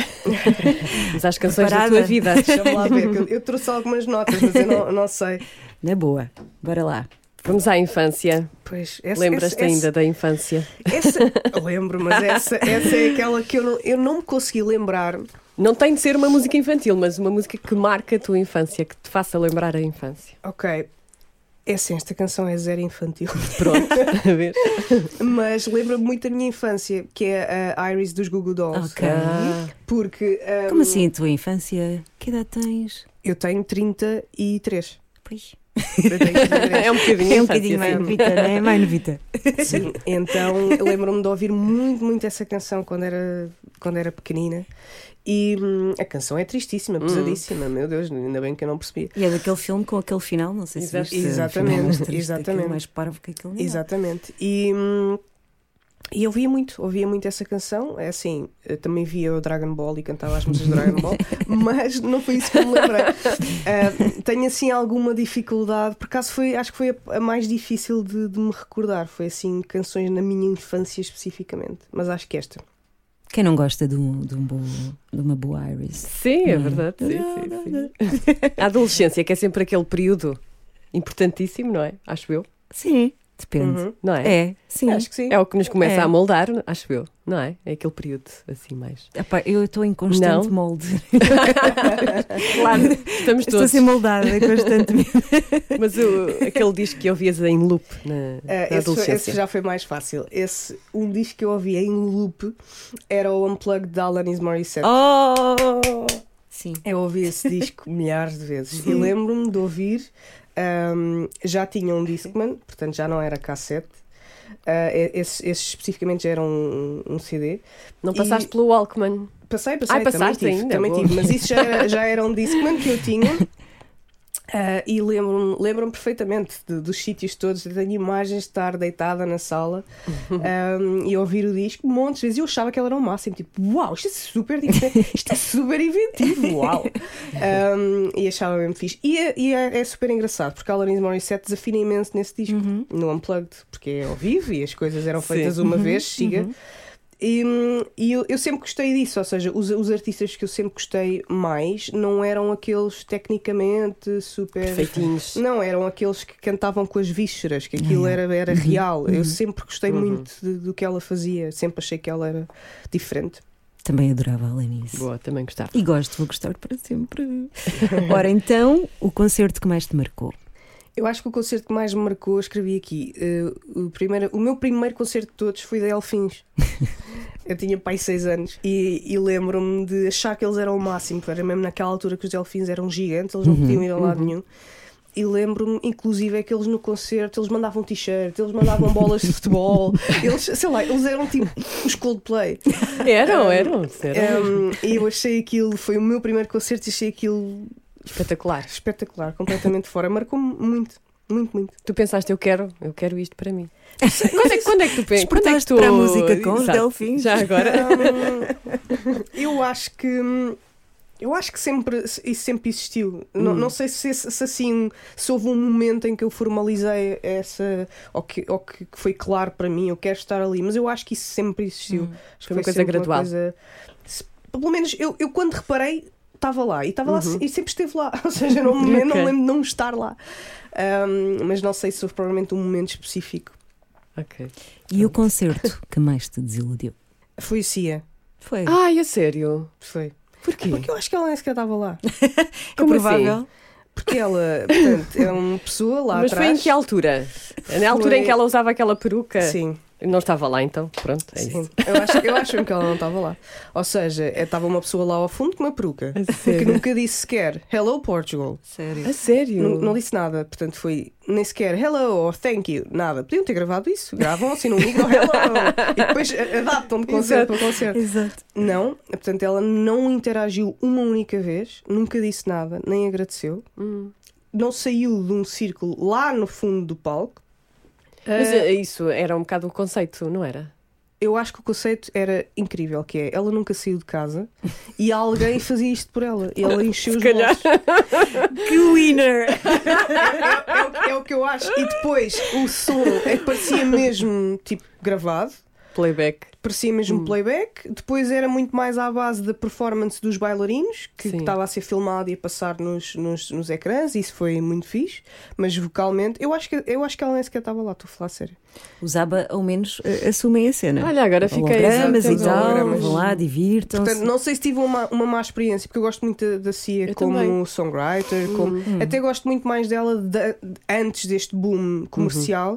Mas às canções Preparada? da tua vida. Deixa-me lá ver, que eu, eu trouxe algumas notas, mas eu não, não sei. Na boa, bora lá. Vamos à infância. Pois, essa, Lembras-te essa, ainda da infância? Essa, essa, lembro, mas essa, essa é aquela que eu não, eu não me consegui lembrar. Não tem de ser uma música infantil, mas uma música que marca a tua infância, que te faça lembrar a infância. Ok, é assim, esta canção é zero infantil. Pronto, a ver. Mas lembra-me muito da minha infância, que é a Iris dos Goo Goo Dolls. Ok. Ah, Porque um, Como assim a tua infância? Que idade tens? eu tenho trinta e três. Pois. Eu tenho trinta e três. é um bocadinho É um infância, bocadinho mais sim. novita, não é? Mais novita. Sim, então eu lembro-me de ouvir muito, muito essa canção quando era, quando era pequenina. E hum, a canção é tristíssima, pesadíssima, meu Deus, ainda bem que eu não percebia. E é daquele filme com aquele final, não sei se Exato. viste. Exatamente, o final mais triste, exatamente. aquilo mais parvo que aquilo. nem nada. Exatamente. E, hum, e eu ouvia muito, ouvia muito essa canção. É assim, eu também via o Dragon Ball e cantava as músicas do Dragon Ball, mas não foi isso que eu me lembrei. Uh, tenho assim alguma dificuldade, por acaso foi, acho que foi a, a mais difícil de, de me recordar. Foi assim, canções na minha infância especificamente, mas acho que esta. Quem não gosta de, um, de, um bom, de uma boa Iris? Sim, é verdade. Sim, sim, sim. A adolescência, que é sempre aquele período importantíssimo, não é? Acho eu. Sim, depende. Uhum. Não é? É, sim. Acho que sim. É o que nos começa É. a moldar, acho eu. Não é? É aquele período assim mais. Epá, eu estou em constante Não. molde. Claro, estamos Estou a todos. ser moldada constantemente. Mas o, aquele disco que ouvias em loop na, Uh, na esse, foi- adolescência. esse já foi mais fácil. Esse, um disco que eu ouvia em loop era o Unplugged de Alanis Morissette. Oh! Sim. Eu ouvi esse disco milhares de vezes e lembro-me de ouvir. Um, já tinha um Discman, portanto já não era cassete. Uh, esse, esse especificamente já era um, um C D. Não E- passaste pelo Walkman. Passei, passei, Ai, passaste também tive, ainda, também boa. tive, mas isso já era, já era um Discman que eu tinha. Uh, e lembro-me lembro perfeitamente de- dos sítios todos. Eu tenho imagens de estar deitada na sala um, e ouvir o disco montes de vezes. Eu achava que ela era o máximo, tipo, uau, isto é super diferente, isto é super inventivo, uau! Um, e achava mesmo fixe. E, é, e é, é super engraçado porque a Alanis Morissette desafina imenso nesse disco, no Unplugged, porque é ao vivo e as coisas eram feitas Sim. uma vez, siga. E, e eu, eu sempre gostei disso, ou seja, os, os artistas que eu sempre gostei mais não eram aqueles tecnicamente super Perfeitinhos. não, eram aqueles que cantavam com as vísceras, que aquilo era, era real. Eu sempre gostei muito de- do que ela fazia, sempre achei que ela era diferente. Também adorava a Alanis. Boa, também gostava. E gosto, vou gostar para sempre. Ora, então, o concerto que mais te marcou? Eu acho que o concerto que mais me marcou, escrevi aqui, uh, o, primeiro, o meu primeiro concerto de todos foi da Delfins. Eu tinha pai seis anos e, e lembro-me de achar que eles eram o máximo, porque era mesmo naquela altura que os Delfins eram gigantes, eles não Uhum, podiam ir a lado uhum. nenhum. E lembro-me, inclusive, é que eles no concerto eles mandavam t-shirt, eles mandavam bolas de futebol, eles, sei lá, eles eram tipo os Coldplay. Eram, Um, eram. eram. Um, e eu achei aquilo, foi o meu primeiro concerto e achei aquilo Espetacular. espetacular, completamente fora. Marcou-me muito, muito, muito. Tu pensaste, eu quero, eu quero isto para mim. Quando é, quando é que tu pensas? Quando é que tu... Despertaste para a música com os Exato. Delfins? Já agora? Um, eu acho que eu acho que sempre isso sempre existiu. Hum. Não, não sei se, se assim se houve um momento em que eu formalizei essa ou que, ou que foi claro para mim, eu quero estar ali, mas eu acho que isso sempre existiu. Hum. Acho que Foi uma coisa sempre gradual. coisa- se- pelo menos eu, eu quando reparei estava lá e estava lá Uhum. e sempre esteve lá. Ou seja, não, me- Ok. não lembro de não estar lá. Um, mas não sei se houve provavelmente um momento específico. Ok. E o concerto que mais te desiludiu? Foi o Cia. Foi. Ai, a sério? Foi. Porquê? Porque eu acho que ela nem sequer estava lá. Como provável. assim? Porque ela, portanto, é uma pessoa lá Mas atrás. foi em que altura? Na altura Foi- em que ela usava aquela peruca? Sim, Não estava lá então? Pronto, é sim. isso. Eu acho, eu acho mesmo que ela não estava lá. Ou seja, é- estava uma pessoa lá ao fundo com uma peruca. A Que sério? nunca disse sequer Hello Portugal. Sério. A sério? Não, não disse nada. Portanto, foi nem sequer Hello ou Thank you. Nada. Podiam ter gravado isso. Gravam assim no micro Hello. E depois adaptam de concerto para concerto. Exato. Não. Portanto, ela não interagiu uma única vez. Nunca disse nada. Nem agradeceu. Hum. Não saiu de um círculo lá no fundo do palco. Mas Ah, eh, isso era um bocado o conceito, não era? eu acho que o conceito era incrível, que é, ela nunca saiu de casa e alguém fazia isto por ela. E ela encheu os calhar. bolsos. Que winner! É, é o, é o que eu acho. E depois o som é que parecia mesmo tipo gravado, Playback. parecia mesmo Hum. playback. Depois era muito mais à base da performance dos bailarinos, que Sim. que estava a ser filmado e a passar nos, nos, nos ecrãs. Isso foi muito fixe. Mas vocalmente, eu acho que, eu acho que ela nem sequer estava lá, estou a falar a sério. Os ABBA, ao menos, eh, assumem a cena. Olha, agora fiquei... Hologramas e Temos tal, hologramas. vão lá, divirtam-se. Portanto, não sei se tive uma, uma má experiência, porque eu gosto muito da, da Cia Eu como também. songwriter, como, Hum. até gosto muito mais dela da- antes deste boom comercial.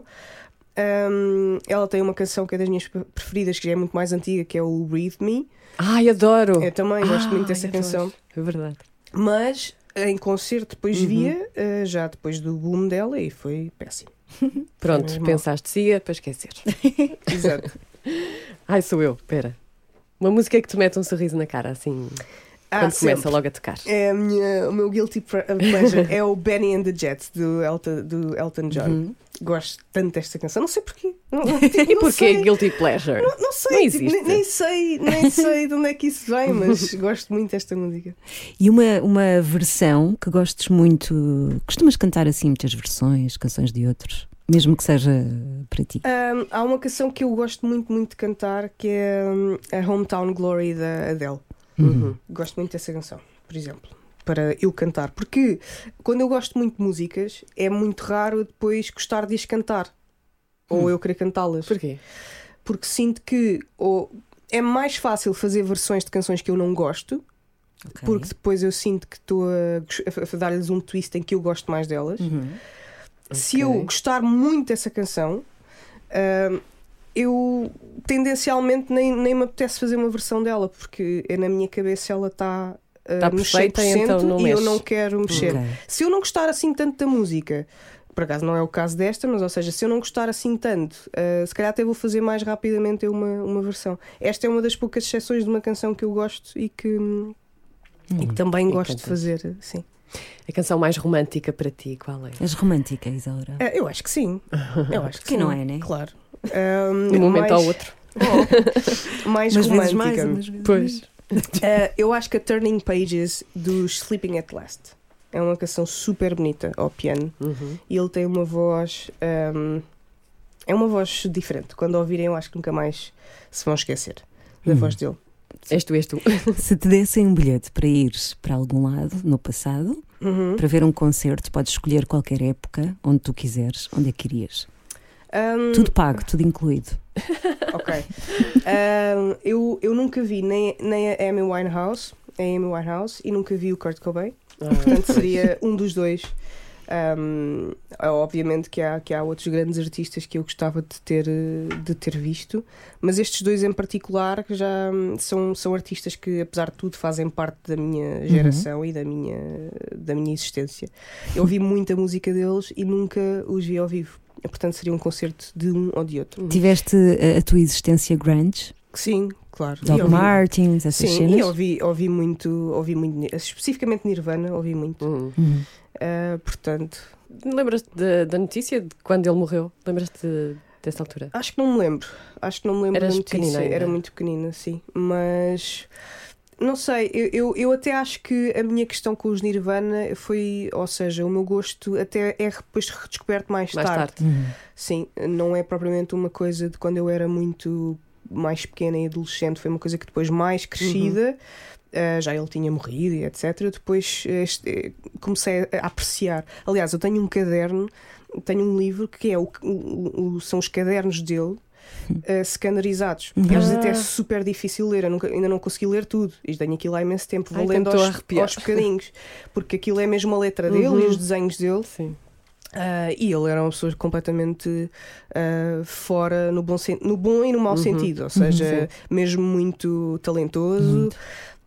Um, ela tem uma canção que é das minhas preferidas, que já é muito mais antiga, que é o Breathe Me. Ai, adoro! Eu também gosto muito dessa Ai, adoro. canção. É verdade. Mas em concerto depois Uhum. via, uh, já depois do boom dela, e foi péssimo. Pronto, mesmo. pensaste sia para esquecer. Exato. Ai, sou eu, espera. Uma música que te mete um sorriso na cara, assim, Ah, quando sempre. começa logo a tocar. É a minha, o meu guilty pre- pleasure é o Benny and the Jets do Elton, do Elton John. Uhum. Gosto tanto desta canção, não sei porquê. Não, não, tipo, E não porquê sei. Guilty Pleasure? Não, não sei, Não tipo, existe. nem, nem sei, nem sei de onde é que isso vem, mas gosto muito desta música. E uma, uma versão que gostes muito, costumas cantar assim muitas versões, canções de outros, mesmo que seja para ti. Um, há uma canção que eu gosto muito, muito de cantar, que é um, a Hometown Glory da Adele. Uhum. Gosto muito dessa canção, por exemplo, para eu cantar. Porque quando eu gosto muito de músicas, é muito raro eu depois gostar de as cantar. Ou eu querer cantá-las. Porquê? Porque sinto que ou, é mais fácil fazer versões de canções que eu não gosto, Ok. porque depois eu sinto que estou a, a- a dar-lhes um twist em que eu gosto mais delas. Uhum. Se eu Ok. gostar muito dessa canção, hum, eu tendencialmente nem, nem me apetece fazer uma versão dela, porque é na minha cabeça ela está uh, Tá no perfeita, cem por cento então não e eu mexe. não quero mexer. Ok. Se eu não gostar assim tanto da música, por acaso não é o caso desta, mas ou seja, se eu não gostar assim tanto, uh, se calhar até vou fazer mais rapidamente eu uma, uma versão. Esta é uma das poucas exceções de uma canção que eu gosto e que, e que também E gosto de cantas. fazer. Sim. A canção mais romântica para ti, qual é? És romântica, Isaura? Uh, eu acho que sim. Eu acho que Quem sim. não é, né? Claro. Um, De um momento mais, ao outro. mais Umas vezes romântica. mais, umas vezes Pois. Uh, eu acho que a Turning Pages dos Sleeping at Last é uma canção super bonita ao piano Uhum. e ele tem uma voz um, é uma voz diferente. Quando ouvirem eu acho que nunca mais se vão esquecer da Hum. voz dele. És tu, és tu. Se te dessem um bilhete para ires para algum lado, no passado, Uhum. para ver um concerto, podes escolher qualquer época, onde tu quiseres, onde é que irias? Um, Tudo pago, tudo incluído. Ok. Um, eu, eu nunca vi nem, nem a Amy Winehouse, a Amy Winehouse e nunca vi o Kurt Cobain. Ah, Portanto, seria um dos dois. Um, obviamente que há, que há outros grandes artistas que eu gostava de ter, de ter visto, mas estes dois em particular já são, são artistas que, apesar de tudo, fazem parte da minha geração uhum. e da minha, da minha existência. Eu ouvi muita música deles e nunca os vi ao vivo. Portanto, seria um concerto de um ou de outro. Tiveste a, a tua existência grunge? Sim, claro. Doc Martens, essas Sim, cenas? e ouvi, ouvi muito, ouvi muito, especificamente Nirvana, ouvi muito. Uhum. Uhum. Uh, portanto, lembras-te da, da notícia de quando ele morreu? Lembras-te de, dessa altura? acho que não me lembro. Acho que não me lembro Eras da notícia. pequenina ainda? Era muito pequenina, sim. Mas não sei, eu, eu, eu até acho que a minha questão com os Nirvana foi, ou seja, o meu gosto até é depois redescoberto mais, Mais tarde. tarde. Uhum. Sim, não é propriamente uma coisa de quando eu era muito mais pequena e adolescente, foi uma coisa que depois mais crescida. Uh, já ele tinha morrido e etcétera. Depois este, comecei a apreciar. Aliás, eu tenho um caderno, tenho um livro que é o, o, o são os cadernos dele, uh, scannerizados. Uhum. Às vezes até é super difícil ler. Eu nunca, ainda não consegui ler tudo. Isto tenho aquilo há imenso tempo. Vou Ai, lendo então estou a aos, arrepiar. aos bocadinhos, porque aquilo é mesmo a letra dele Uhum. e os desenhos dele. Sim. Uh, e ele era uma pessoa completamente uh, fora no bom, sen- no bom e no mau Uhum. sentido, ou seja, Uhum. mesmo muito talentoso. Muito.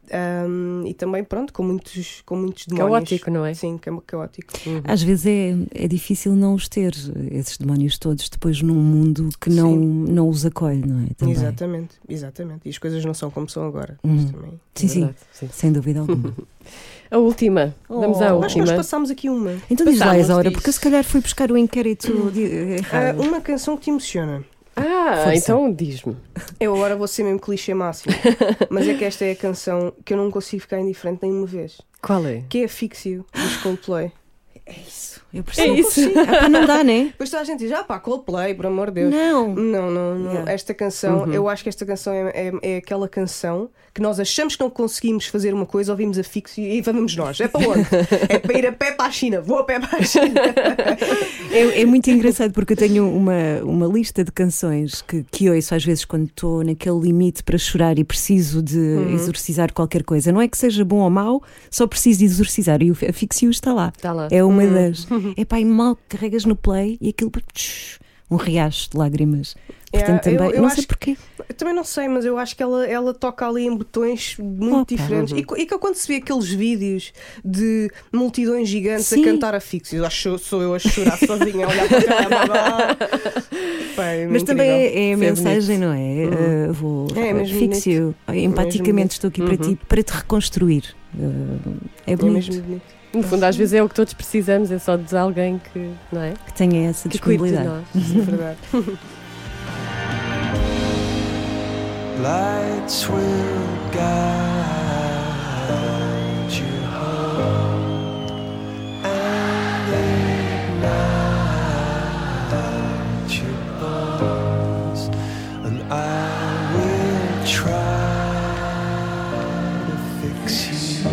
Um, e também, pronto, com muitos, com muitos demónios. Caótico, não é? Sim, ca- caótico. Uhum. Às vezes é, é difícil não os ter, esses demónios todos, depois num mundo que não, não os acolhe, não é? Também. Exatamente, exatamente. E as coisas não são como são agora. Uhum. Isto também. Sim, sim, Verdade, sim. sem dúvida alguma. A última. Vamos à Oh, acho que nós última. passámos aqui uma. Então diz lá, Passámos Isaura, disso. porque eu se calhar fui buscar o inquérito de, errado. Uh, uma canção que te emociona. Ah, Força. então diz-me. Eu agora vou ser mesmo clichê máximo. Mas é que esta é a canção que eu não consigo ficar indiferente nenhuma vez. Qual é? Que é Asfixio, dos Coldplay. É isso, eu percebo. É isso. Ah, pá, não dá, né? Depois toda a gente diz, ah pá, Coldplay, por amor de Deus. Não. Não, não, não. Yeah. Esta canção, Uhum. eu acho que esta canção é, é, é aquela canção que nós achamos que não conseguimos fazer uma coisa, ouvimos Asfixio e vamos nós. É para onde? É para ir a pé para a China. Vou a pé para a China. É, é muito engraçado porque eu tenho uma, uma lista de canções que, que ouço às vezes quando estou naquele limite para chorar e preciso de Uhum. exorcizar qualquer coisa. Não é que seja bom ou mau, só preciso de exorcizar. E o Asfixio está lá. Está lá. É uma Uhum. das. É pá, e mal carregas no play e aquilo. Tch, um riacho de lágrimas. Portanto, É, eu- também. eu não acho sei que- porquê. Eu também não sei, mas eu acho que ela, ela toca ali em botões muito Opa. diferentes. E, co- e que quando se vê aqueles vídeos de multidões gigantes Sim. a cantar Asfixio, acho que sou eu a chorar sozinha, a olhar para o telemóvel. Pá, é Mas incrível. também é, é a Foi mensagem, não é? Uhum. Uh, vou É mesmo Asfixio. Empaticamente bonito. estou aqui Uhum. para ti, para te reconstruir. Uh, é É bonito mesmo bonito. No fundo, às vezes é o que todos precisamos, é só de alguém que, não é? que tenha essa Que cuide de disponibilidade. nós. É verdade. Lights will guide you home and ignite your bones, and I will try to fix you.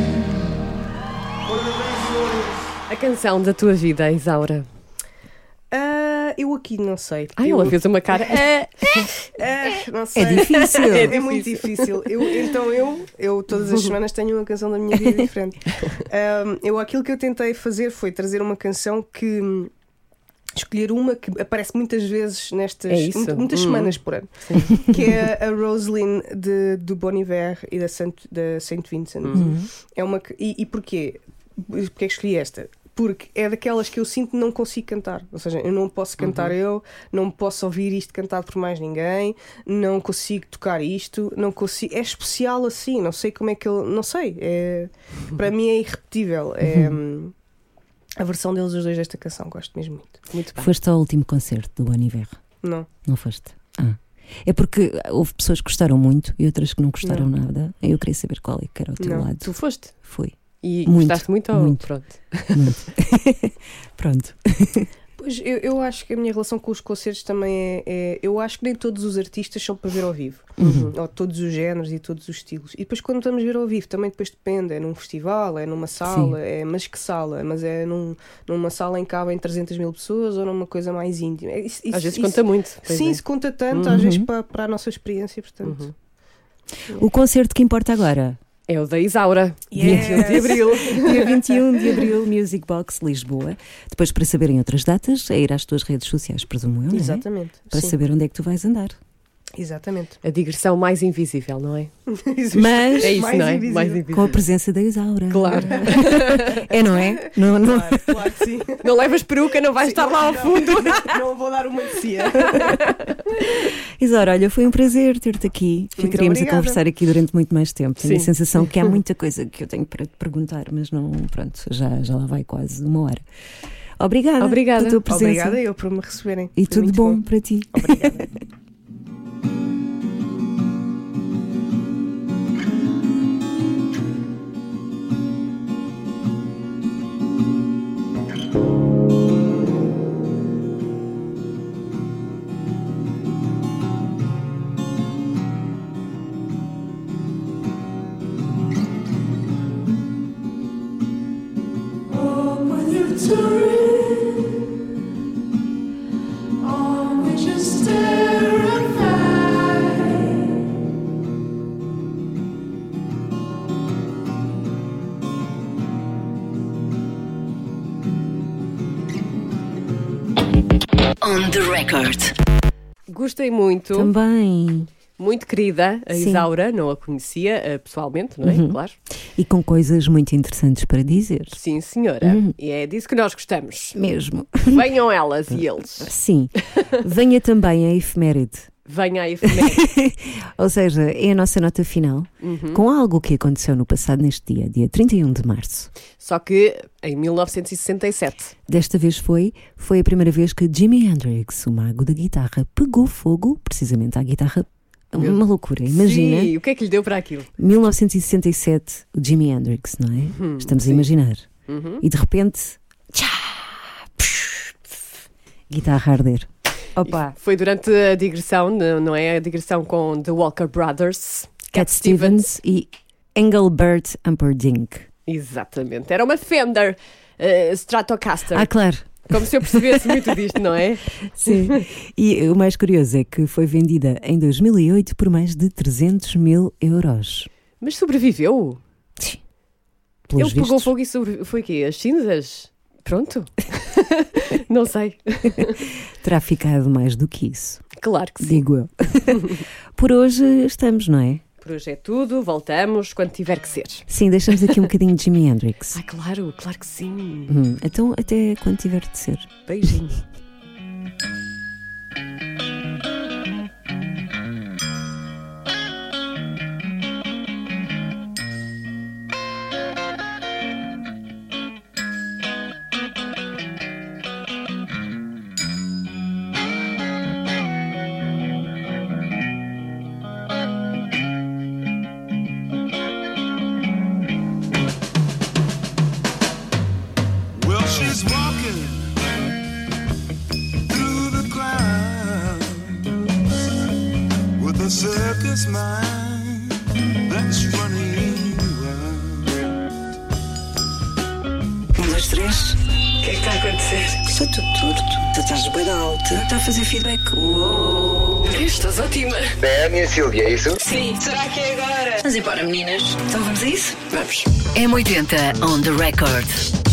A canção da tua vida, Isaura. Ah, eu aqui não sei. Ai, eu, ela fez uma cara. É. Ah, não sei. É difícil. É, É muito difícil. Eu, então eu, eu todas as semanas tenho uma canção da minha vida diferente. Um, eu aquilo que eu tentei fazer foi trazer uma canção que hum, escolher uma que aparece muitas vezes nestas É isso? muitas, muitas Hum. semanas por ano, que é a Rosalind de, do Bon Iver e da Saint, da Saint Vincent. Uhum. É uma que- e, e porquê? Porquê é que escolhi esta? Porque é daquelas que eu sinto que não consigo cantar. Ou seja, eu não posso cantar eu, não posso ouvir isto cantado por mais ninguém, não consigo tocar isto, não consigo. É especial assim, não sei como é que ele. Não sei. É, para mim é irrepetível. É hum, a versão deles os dois desta canção, gosto mesmo muito. Muito bem. Foste ao último concerto do Bon Iver? Não. Não foste? Ah. É porque houve pessoas que gostaram muito e outras que não gostaram Não. nada. Eu queria saber qual é que era o teu Não. lado. Tu foste. Fui. E Muito, gostaste muito ou muito. pronto? Muito. Pronto. Pois, eu, eu acho que a minha relação com os concertos também é, é. Eu acho que nem todos os artistas são para ver ao vivo. Uhum. Ou todos os géneros e todos os estilos. E depois, quando estamos a ver ao vivo, também depois depende. É num festival, é numa sala, é, mas que sala? Mas é num, numa sala em que cabem trezentas mil pessoas ou numa coisa mais íntima? É, isso, Às vezes isso, conta muito. Sim, é. isso conta tanto, Uhum. às vezes para, para a nossa experiência, portanto. Uhum. O concerto que importa agora? É o da Isaura, Yes. vinte e um de Abril. Dia vinte e um de Abril, Music Box Lisboa. Depois, para saberem outras datas, é ir às tuas redes sociais, presumo eu, não é? Exatamente. Para sim. saber onde é que tu vais andar. Exatamente. A digressão mais invisível, não é? Mas É isso, Mais não é? invisível. Mais invisível. com a presença da Isaura. Claro. É, não é? Não, não... Claro, claro que sim. Não levas peruca, não vais estar lá ao fundo. Não vou dar uma de si. Isaura, olha, foi um prazer ter-te aqui. Muito Ficaríamos a obrigada. conversar aqui durante muito mais tempo. Tenho a Sim. sensação que há muita coisa que eu tenho para te perguntar, mas não, pronto, já, já lá vai quase uma hora. Obrigada, Obrigada. pela tua presença. Obrigada eu por me receberem. E Foi tudo muito bom, para ti. Obrigada. On the record. Gostei muito, Também. muito querida, a Sim. Isaura, não a conhecia eh, pessoalmente, não é? Uhum. Claro. E com coisas muito interessantes para dizer. Sim, senhora. Uhum. E é disso que nós gostamos. Mesmo. Venham elas e eles. Sim. Venha também a efeméride. Venha aí, efeméride. Ou seja, é a nossa nota final Uhum. com algo que aconteceu no passado neste dia, dia trinta e um de março. Só que em mil novecentos e sessenta e sete. Desta vez foi, foi a primeira vez que Jimi Hendrix, o mago da guitarra, pegou fogo, precisamente à guitarra. Uma loucura, imagina. Sim, o que é que lhe deu para aquilo? mil novecentos e sessenta e sete, o Jimi Hendrix, não é? Uhum, Estamos sim. a imaginar. Uhum. E de repente, tchá, psh, pf, guitarra a arder. Opa, E foi durante a digressão, não não é? A digressão com The Walker Brothers, Cat Stevens e Engelbert Humperdinck. Exatamente. Era uma Fender eh, Stratocaster. Ah, claro. Como se eu percebesse muito disto, não é? Sim. E o mais curioso é que foi vendida em dois mil e oito por mais de trezentos mil euros. Mas sobreviveu. Pelos Ele pegou vistos. fogo e sobre... foi o quê? As cinzas? Pronto. Não sei. Terá ficado mais do que isso, Claro que sim. digo eu. Por hoje estamos, não é? Por hoje é tudo. Voltamos quando tiver que ser. Sim, deixamos aqui um bocadinho de Jimi Hendrix. Ah, claro. Claro que sim. Hum, então, até quando tiver de ser. Beijinho. Well, she's walking through the clouds with a circus mind that's running wild. Um, dois, três. O que é que está a acontecer? Estou tudo torto. Tu estás bem alta. Está a fazer feedback. Uou. Estás ótima. É a minha Silvia, é isso? Sim. Será que é agora? Vamos embora, meninas. Então vamos a isso? Vamos. M oitenta On the record.